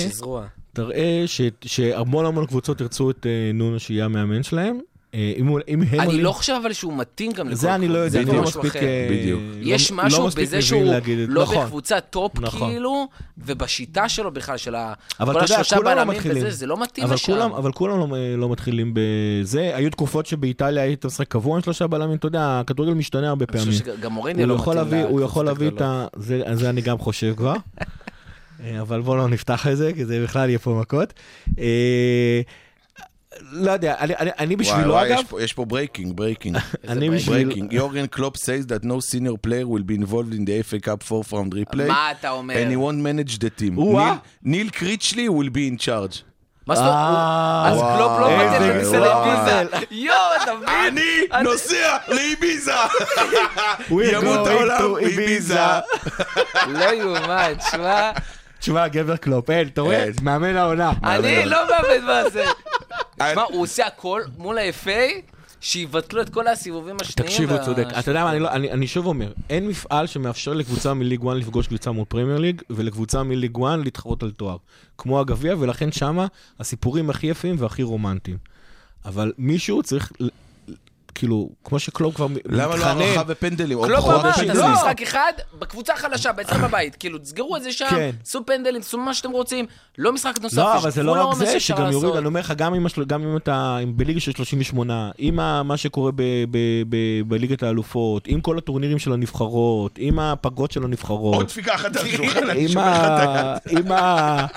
תראה שהמון המון קבוצות ירצו את נונו שיהיה המאמן שלהם. אני לא חושב אבל שהוא מתאים גם לכל זה אני לא יודע, לא מספיק יש משהו בזה שהוא לא בקבוצה טופ כאילו, ובשיטה שלו בכלל של כל השלושה בלמים וזה, זה לא מתאים לשם. אבל כולם לא מתחילים בזה, היו תקופות שבאיטליה היית משחק קבוע עם 3 בלמים, אתה יודע, הכדורגל משתנה הרבה פעמים. גם מוריניו לא מתאים. הוא יכול להביא את זה אני גם חושב כבר, אבל בואו לא נפתח את זה, כי זה בכלל יהיה פה מכות. לא יודע, אני בשבילו אגב... יש פה breaking. אני בשביל... יורגן קלופ says that no senior player will be involved in the FA Cup 4 round replay. מה אתה אומר? And he won't manage the team. ניל קריצ'לי will be in charge. מה זאת אומרת? אז קלופ לא מתאים לביזה. יואו, אתה מבין? אני נוסע לאיביזה. We ימות go העולם to באיביזה. לא יאומן, תשמע. תשמע, גבר קלופ, אתה רואה? מאמן העונה. אני לא מאמן מה זה. תשמע, הוא עושה הכל מול ה-FA, שיבטלו את כל הסיבובים השניים. תקשיב, הוא צודק. אתה יודע מה, אני שוב אומר, אין מפעל שמאפשר לקבוצה מליג 1 לפגוש קבוצה מול פרמייר ליג, ולקבוצה מליג 1 להתחרות על תואר. כמו הגביע, ולכן שמה הסיפורים הכי יפים והכי רומנטיים. אבל מישהו צריך... כאילו, כמו שקלופ כבר מתחנן... למה לא הערכה בפנדלים? קלופ אמר, תעשו משחק אחד, בקבוצה חלשה, בעצם בבית, כאילו, תסגרו את זה שם, תעשו פנדלים, תעשו מה שאתם רוצים, לא משחק נוסף. לא, אבל זה לא רק זה, שגם יוריד, אני אומר לך, גם אם אתה בליגה של 38, עם מה שקורה בליגת האלופות, עם כל הטורנירים של הנבחרות, עם הפגות של הנבחרות. עוד דפיקה אחת על שולחן, אני שומע לך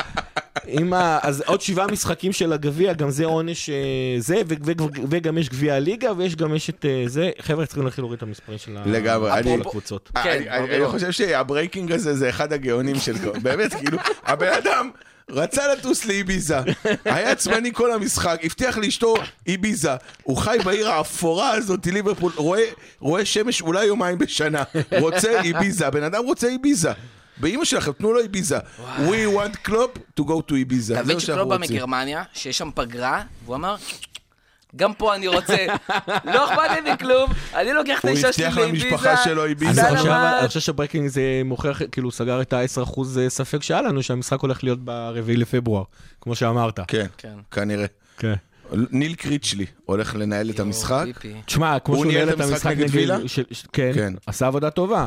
אז עוד 7 משחקים של הגביע, גם זה עונש זה, וגם יש גביע הליגה, ויש גם את זה. חבר'ה, צריכים להכיל להוריד את המספרים של הקבוצות. אני חושב שהברייקינג הזה זה אחד הגאונים של... באמת, כאילו, הבן אדם רצה לטוס לאיביזה, היה עצמני כל המשחק, הבטיח לאשתו איביזה, הוא חי בעיר האפורה הזאת, ליברפול, רואה שמש אולי יומיים בשנה, רוצה איביזה, הבן אדם רוצה איביזה. באמא שלכם, תנו לו איביזה. We want Klopp to go to איביזה. תבין שקלופ בא מגרמניה, שיש שם פגרה, והוא אמר, גם פה אני רוצה, לא אכפת לי מכלום, אני לוקח את האישה שלי לאיביזה. הוא הבטיח למשפחה שלו איביזה. אני חושב שברייקינג זה מוכיח, כאילו סגר את ה-10% ספק שהיה לנו, שהמשחק הולך להיות ב4 לפברואר, כמו שאמרת. כן, כנראה. ניל קריצ'לי הולך לנהל את המשחק. תשמע, כמו שהוא נהל את המשחק נגד וילה? כן, עשה עבודה טובה.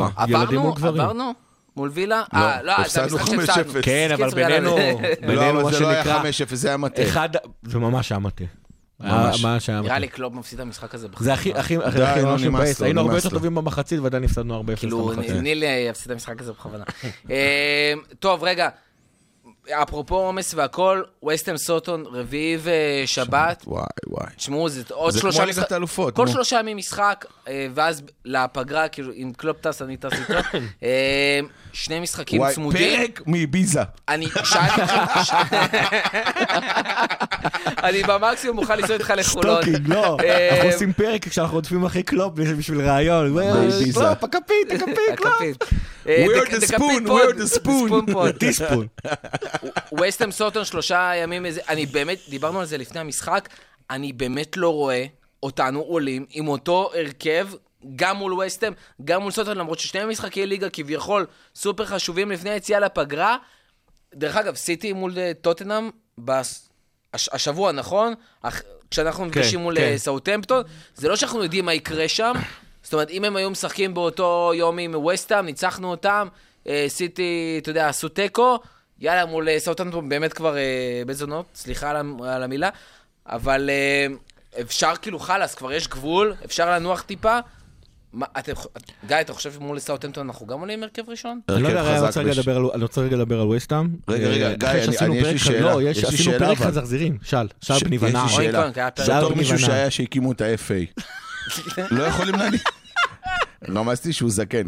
עברנו? מול וילה? לא, הפסדנו 5-0. כן, אבל בינינו... לא, אבל זה לא היה 5-0, זה היה מטה. זה ממש היה מטה. נראה לי קלופ מפסיד המשחק הזה. זה הכי ממש מבאס. היינו הרבה יותר טובים במחצית, ועדיין הפסדנו 4-0 במחצית. כאילו, ניל יפסיד המשחק הזה בכוונה. טוב, רגע. אפרופו עומס והכל, ווסטהאם סוטון, רביעי ושבת. וואי. תשמעו, זה עוד 3 כמו ליגת האלופות. כל 3 ימים משחק, ואז לפגרה, כאילו, אם קלופ טס, אני טס איתו. 2 משחקים צמודים. פרק מאיביזה. אני שאלתי לכם... אני במקסימום מוכן לנסוע איתך לחולון. סטוקינג, לא. אנחנו עושים פרק כשאנחנו עודפים אחרי קלופ בשביל רעיון. קלופ, הכפית, קלופ. We're the spoon. ווסטהאם סוטון 3 ימים, אני באמת, דיברנו על זה לפני המשחק, אני באמת לא רואה אותנו עולים עם אותו הרכב, גם מול ווסטהאם, גם מול סוטון, למרות ששני משחקי ליגה כביכול סופר חשובים לפני היציאה לפגרה. דרך אגב, סיטי מול טוטנהאם השבוע, נכון? כשאנחנו מפגשים מול סאות'המפטון, זה לא שאנחנו יודעים מה יקרה שם, זאת אומרת, אם הם היו משחקים באותו יום עם ווסטהאם, ניצחנו אותם, סיטי, אתה יודע, עשו תיקו, יאללה, מול סאות'המפטון באמת כבר בזונות, סליחה על המילה, אבל אפשר כאילו חלס, כבר יש גבול, אפשר לנוח טיפה. גיא, אתה חושב שמול סאות'המפטון אנחנו גם עולים הרכב ראשון? אני לא יודע, אני רוצה רגע לדבר על ווסטהאם. רגע, גיא, יש לי שאלה. עשינו פרק חזרזירים, שאל בניבנה. יש לי שאלה. בתור מישהו שהיה שהקימו את ה-FA. לא יכולים להניש... רמזתי שהוא זקן.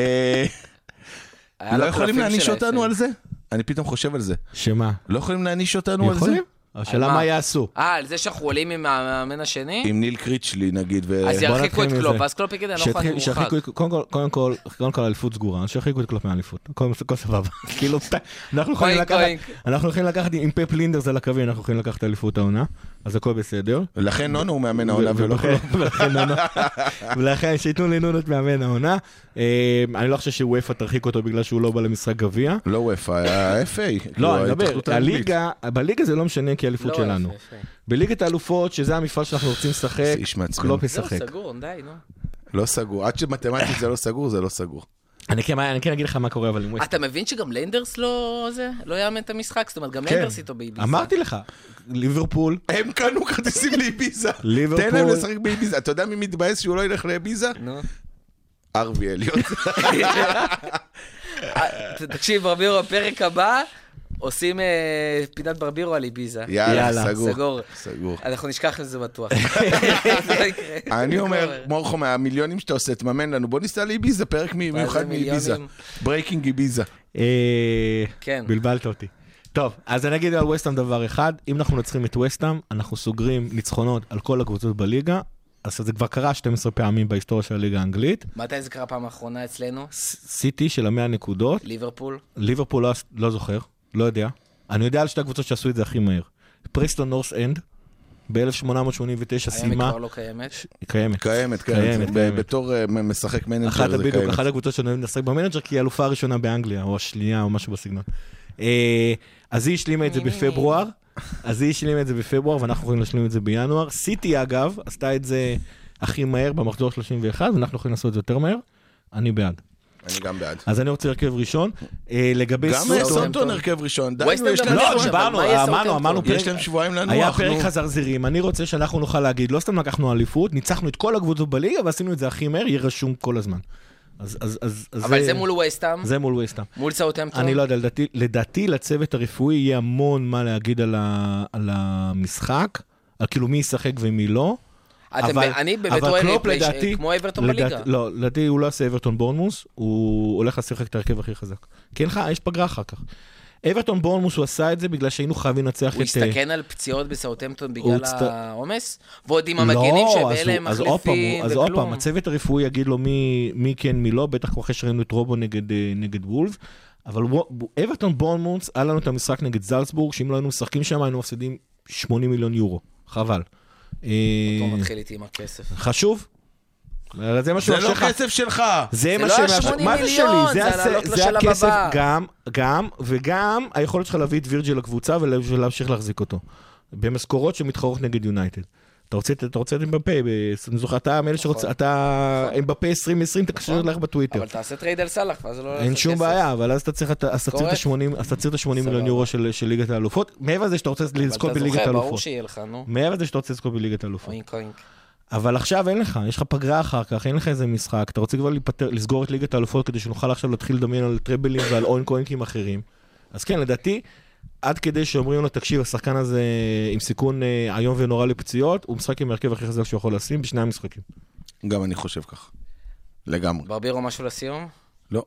לא יכולים להניש אותנו על זה? אני פתאום חושב על זה. שמה? לא יכולים להניש אותנו על זה? יכולים? השאלה מה יעשו. על זה שאנחנו עולים עם המאמן השני? עם ניל קריצ'לי נגיד. אז ירחיקו את קלופ, אז קלופ יגיד, אני לא יכולה מורחק. קודם כל האליפות סגורה, שירחיקו את קלופ מהאליפות. כל סבבה. כאילו, אנחנו יכולים לקחת, עם פפ לינדרס על הקווי, אנחנו יכולים לקחת האליפות העונה, אז הכל בסדר. ולכן נונו הוא מאמן העונה ולא קלופ. ולכן שיתנו לי נונו את מאמן העונה. אני לא חושב שוופא תרחיק אותו בגלל שהוא לא בא למשחק גביע. לא וופא, ה-FA. לא, אני מדבר, בליגה זה לא משנה כי האליפות שלנו. בליגת האלופות, שזה המפעל שאנחנו רוצים לשחק, קלופ ישחק. לא סגור, די, נו. לא סגור. עד שמתמטית זה לא סגור, זה לא סגור. אני כן אגיד לך מה קורה, אבל... אתה מבין שגם לנדרס לא יאמן את המשחק? זאת אומרת, גם לנדרס איתו באיביזה. אמרתי לך, ליברפול... הם קנו כרטיסים לאיביזה. ליברפול... תן להם לשחק באיביזה. אתה יודע מי מתבאס שהוא לא ילך לאיביזה? נו. ארווי אליוט. תקשיב, רבירו, הפרק הבא... עושים פינת ברבירו על איביזה. יאללה, סגור. אנחנו נשכח את זה בטוח. אני אומר, מורכו, מהמיליונים שאתה עושה, תממן לנו, בוא ניסע לאיביזה, פרק מיוחד מאיביזה. ברייקינג איביזה. כן. בלבלת אותי. טוב, אז אני אגיד על ווסטהאם דבר אחד, אם אנחנו נצחים את ווסטהאם, אנחנו סוגרים ניצחונות על כל הקבוצות בליגה, אז זה כבר קרה 12 פעמים בהיסטוריה של הליגה האנגלית. מתי זה קרה פעם האחרונה אצלנו? סיטי של 100 נקודות. ליברפול? ליברפול לא זוכר, לא יודע. אני יודע על שתי הקבוצות שעשו את זה הכי מהר. פרסטון נורס אנד, ב-1889 סיימה. היום היא כבר לא קיימת? קיימת. בתור משחק מנג'ר זה קיימת. אחת הקבוצות שאני אוהב לשחק במנג'ר, כי היא אלופה הראשונה באנגליה, או השנייה, או משהו בסגנון. אז היא השלימה את זה בפברואר, ואנחנו יכולים להשלים את זה בינואר. סיטי, אגב, עשתה את זה הכי מהר במחזור 31, ואנחנו יכולים לעשות את זה יותר מהר. אני בעד. אני גם בעד. אז אני רוצה הרכב ראשון. לגבי גם סאוטהמפטון הרכב ראשון. אמרנו, יש להם שבועיים לנוח. היה פרק חזרזירים. אני רוצה שאנחנו נוכל להגיד, לא סתם לקחנו אליפות, ניצחנו את כל הקבוצות בליגה, ועשינו את זה הכי מהר, יהיה רשום כל הזמן. אבל זה מול ווסטהאם? זה מול ווסטהאם. מול סאוטהמפטון? אני לא יודע, לדעתי לצוות הרפואי יהיה המון מה להגיד על המשחק, על כאילו מי ישחק ומי לא. אני באמת רואה כמו אברטון בליגה. לא, לדעתי הוא לא עושה אברטון בורנמוס, הוא הולך לשחק את הרכב הכי חזק. כן, יש פגרה אחר כך. אברטון בורנמוס הוא עשה את זה בגלל שהיינו חייבים לנצח את... הוא הסתכן על פציעות בסאוטהמפטון בגלל העומס? ועוד עם המגנים שבאלה הם מחליפים אז עוד פעם, הצוות הרפואי יגיד לו מי כן, מי לא, בטח כבר אחרי שראינו את רובו נגד וולף, אבל אברטון בורנמוס, היה לנו את המשחק נגד זלצבורג, שאם לא היינו משחקים שם, היינו מפסידים 80 מיליון יורו. חבל. אותו מתחיל איתי עם הכסף. חשוב? זה לא כסף שלך. זה לא ה-80 מיליון, זה לעלות לשלב הבא. וגם היכולת שלך להביא את וירג'יל לקבוצה ולהמשיך להחזיק אותו. במשכורות שמתחרות נגד יונייטד. אתה רוצה את אמבפה, אני זוכר, אתה מאלה שרוצה, אתה אמבפה 2020, תקשר לך בטוויטר. אבל תעשה טרייד על סלח, ואז לא... אין שום בעיה, אבל אז אתה צריך את ה-80 מיליון יורו של ליגת האלופות. מעבר לזה שאתה רוצה לזכות בליגת האלופות. ברור שיהיה לך, נו. מעבר לזה שאתה רוצה לזכות בליגת האלופות. אבל עכשיו אין לך, יש לך פגרה אחר כך, אין לך איזה משחק, אתה רוצה כבר לסגור את ליגת האלופות כדי שנוכל עכשיו להתחיל לדמיין על טרבלים ועל אוינקוינקים אחרים. אז כן, לדעתי, עד כדי שאומרים לו, תקשיב, השחקן הזה עם סיכון היום ונורא לפציעות, הוא משחק עם הרכב הכי חזק שהוא יכול לשים בשני המשחקים. גם אני חושב כך. לגמרי. ברבירו משהו לסיום? לא.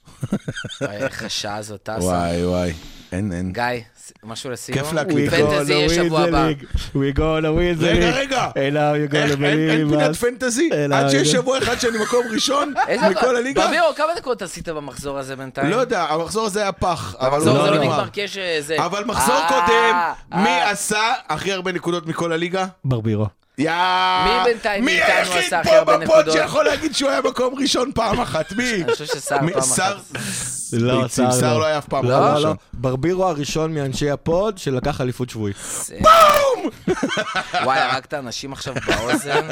איך השעה הזאת טסה. וואי. אין. גיא, משהו לסיום? כיף להקליט. פנטזי יש שבוע הבא. We gonna win the league. רגע. אין פינת פנטזי? עד שיש שבוע אחד שאני מקום ראשון מכל הליגה? ברבירו, כמה דקות עשית במחזור הזה בינתיים? לא יודע, המחזור הזה היה פח. המחזור הזה לא נגמר, כי יש זה... אבל מחזור קודם, מי עשה הכי הרבה נקודות מכל הליגה? ברבירו. מי בינתיים מאיתנו עשה הכי הרבה נקודות? מי היחיד פה בפוד שיכול להגיד שהוא היה מקום ראשון פעם אחת? מי? אני חושב ששר פעם אחת. שר לא היה אף פעם ראשון. ברבירו הראשון מאנשי הפוד שלקח אליפות שבועית. בום! וואי, הרגת אנשים עכשיו באוזן.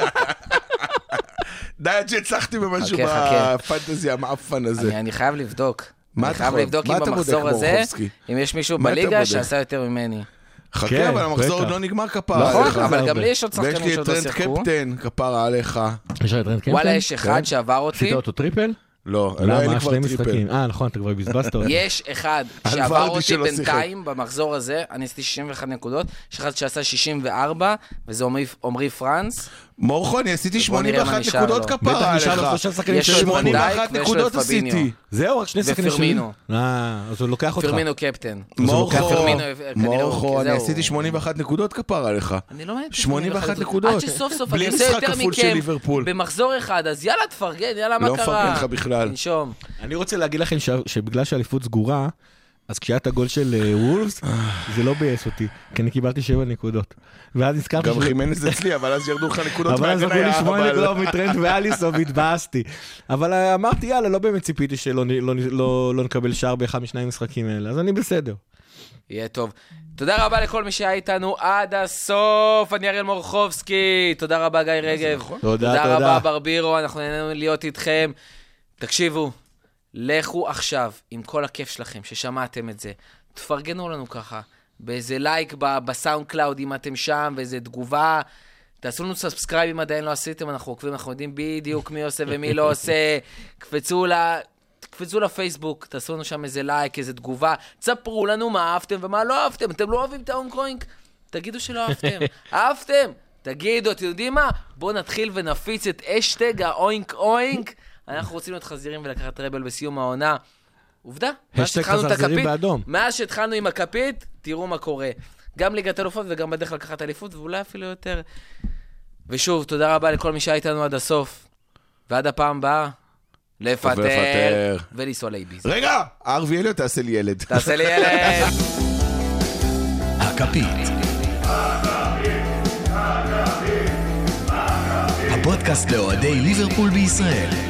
די עד שהצלחתי במשהו בפנטזיה המאפן הזה. אני חייב לבדוק. אני חייב לבדוק אם במחזור הזה, אם יש מישהו בליגה שעשה יותר ממני. חכה, אבל המחזור עוד לא נגמר כפרה עליך. נכון, אבל גם לי יש עוד שחקנים שעוד לא ויש לי שיחקו. טרנד קפטן, כפרה עליך. יש לך טרנד קפטן? וואלה, יש אחד שעבר אותי. עשית אותו טריפל? לא, היה לי כבר טריפל. נכון, אתה כבר בזבזת אותי. יש אחד שעבר אותי בינתיים במחזור הזה, אני עשיתי 61 נקודות, יש אחד שעשה 64, וזה עומרי פרנס. מורכו, אני עשיתי 81 נקודות כפרה עליך. יש 81 נקודות עשיתי. זהו, רק שני שחקנים שלי. אז הוא לוקח אותך. פרמינו קפטן. מורכו, אני עשיתי 81 נקודות כפרה עליך. אני לא מעט 81 נקודות. עד שסוף סוף אני עושה יותר מכם במחזור אחד, אז יאללה תפרגן, יאללה מה קרה. לא מפרגן לך בכלל. נשום. אני רוצה להגיד לכם שבגלל שהאליפות סגורה, אז כשהיה את הגול של וולפס, זה לא בייס אותי, כי אני קיבלתי 7 נקודות. ואז נזכרתי... גם חימנס אצלי, אבל אז ירדו לך נקודות אבל אז זכו לי 8 נקודות מטרנד ואליסון, והתבאסתי. אבל אמרתי, יאללה, לא באמת ציפיתי שלא נקבל שער באחד משני המשחקים האלה, אז אני בסדר. יהיה טוב. תודה רבה לכל מי שהיה איתנו עד הסוף. אני אריאל מורחובסקי. תודה רבה גיא רגב. תודה רבה ברבירו, אנחנו נהנינו להיות איתכם. תקשיבו. לכו עכשיו, עם כל הכיף שלכם, ששמעתם את זה, תפרגנו לנו ככה, באיזה לייק בסאונד קלאוד אם אתם שם, ואיזה תגובה, תעשו לנו סאבסקרייב אם עדיין לא עשיתם, אנחנו עוקבים, אנחנו יודעים בדיוק מי עושה ומי לא עושה, קפצו תקפצו לפייסבוק, תעשו לנו שם איזה לייק, איזה תגובה, תספרו לנו מה אהבתם ומה לא אהבתם. אתם לא אוהבים את האונקרוינג? תגידו שלא אהבתם. אהבתם? תגידו, אתם יודעים מה? בואו נתחיל ונפיץ את אשטג האוינק אוינק. אנחנו רוצים להיות חזירים ולקחת טראבל בסיום העונה. עובדה, מאז שהתחלנו עם הכפית, תראו מה קורה. גם ליגת אלופות וגם בדרך לקחת אליפות, ואולי אפילו יותר. ושוב, תודה רבה לכל מי שהיה איתנו עד הסוף. ועד הפעם הבאה, לפטר ולנסוע לאיביזה. רגע, ארווי אליוט, תעשה לי ילד. תעשה לי ילד. הכפית. הפודקאסט לאוהדי ליברפול בישראל.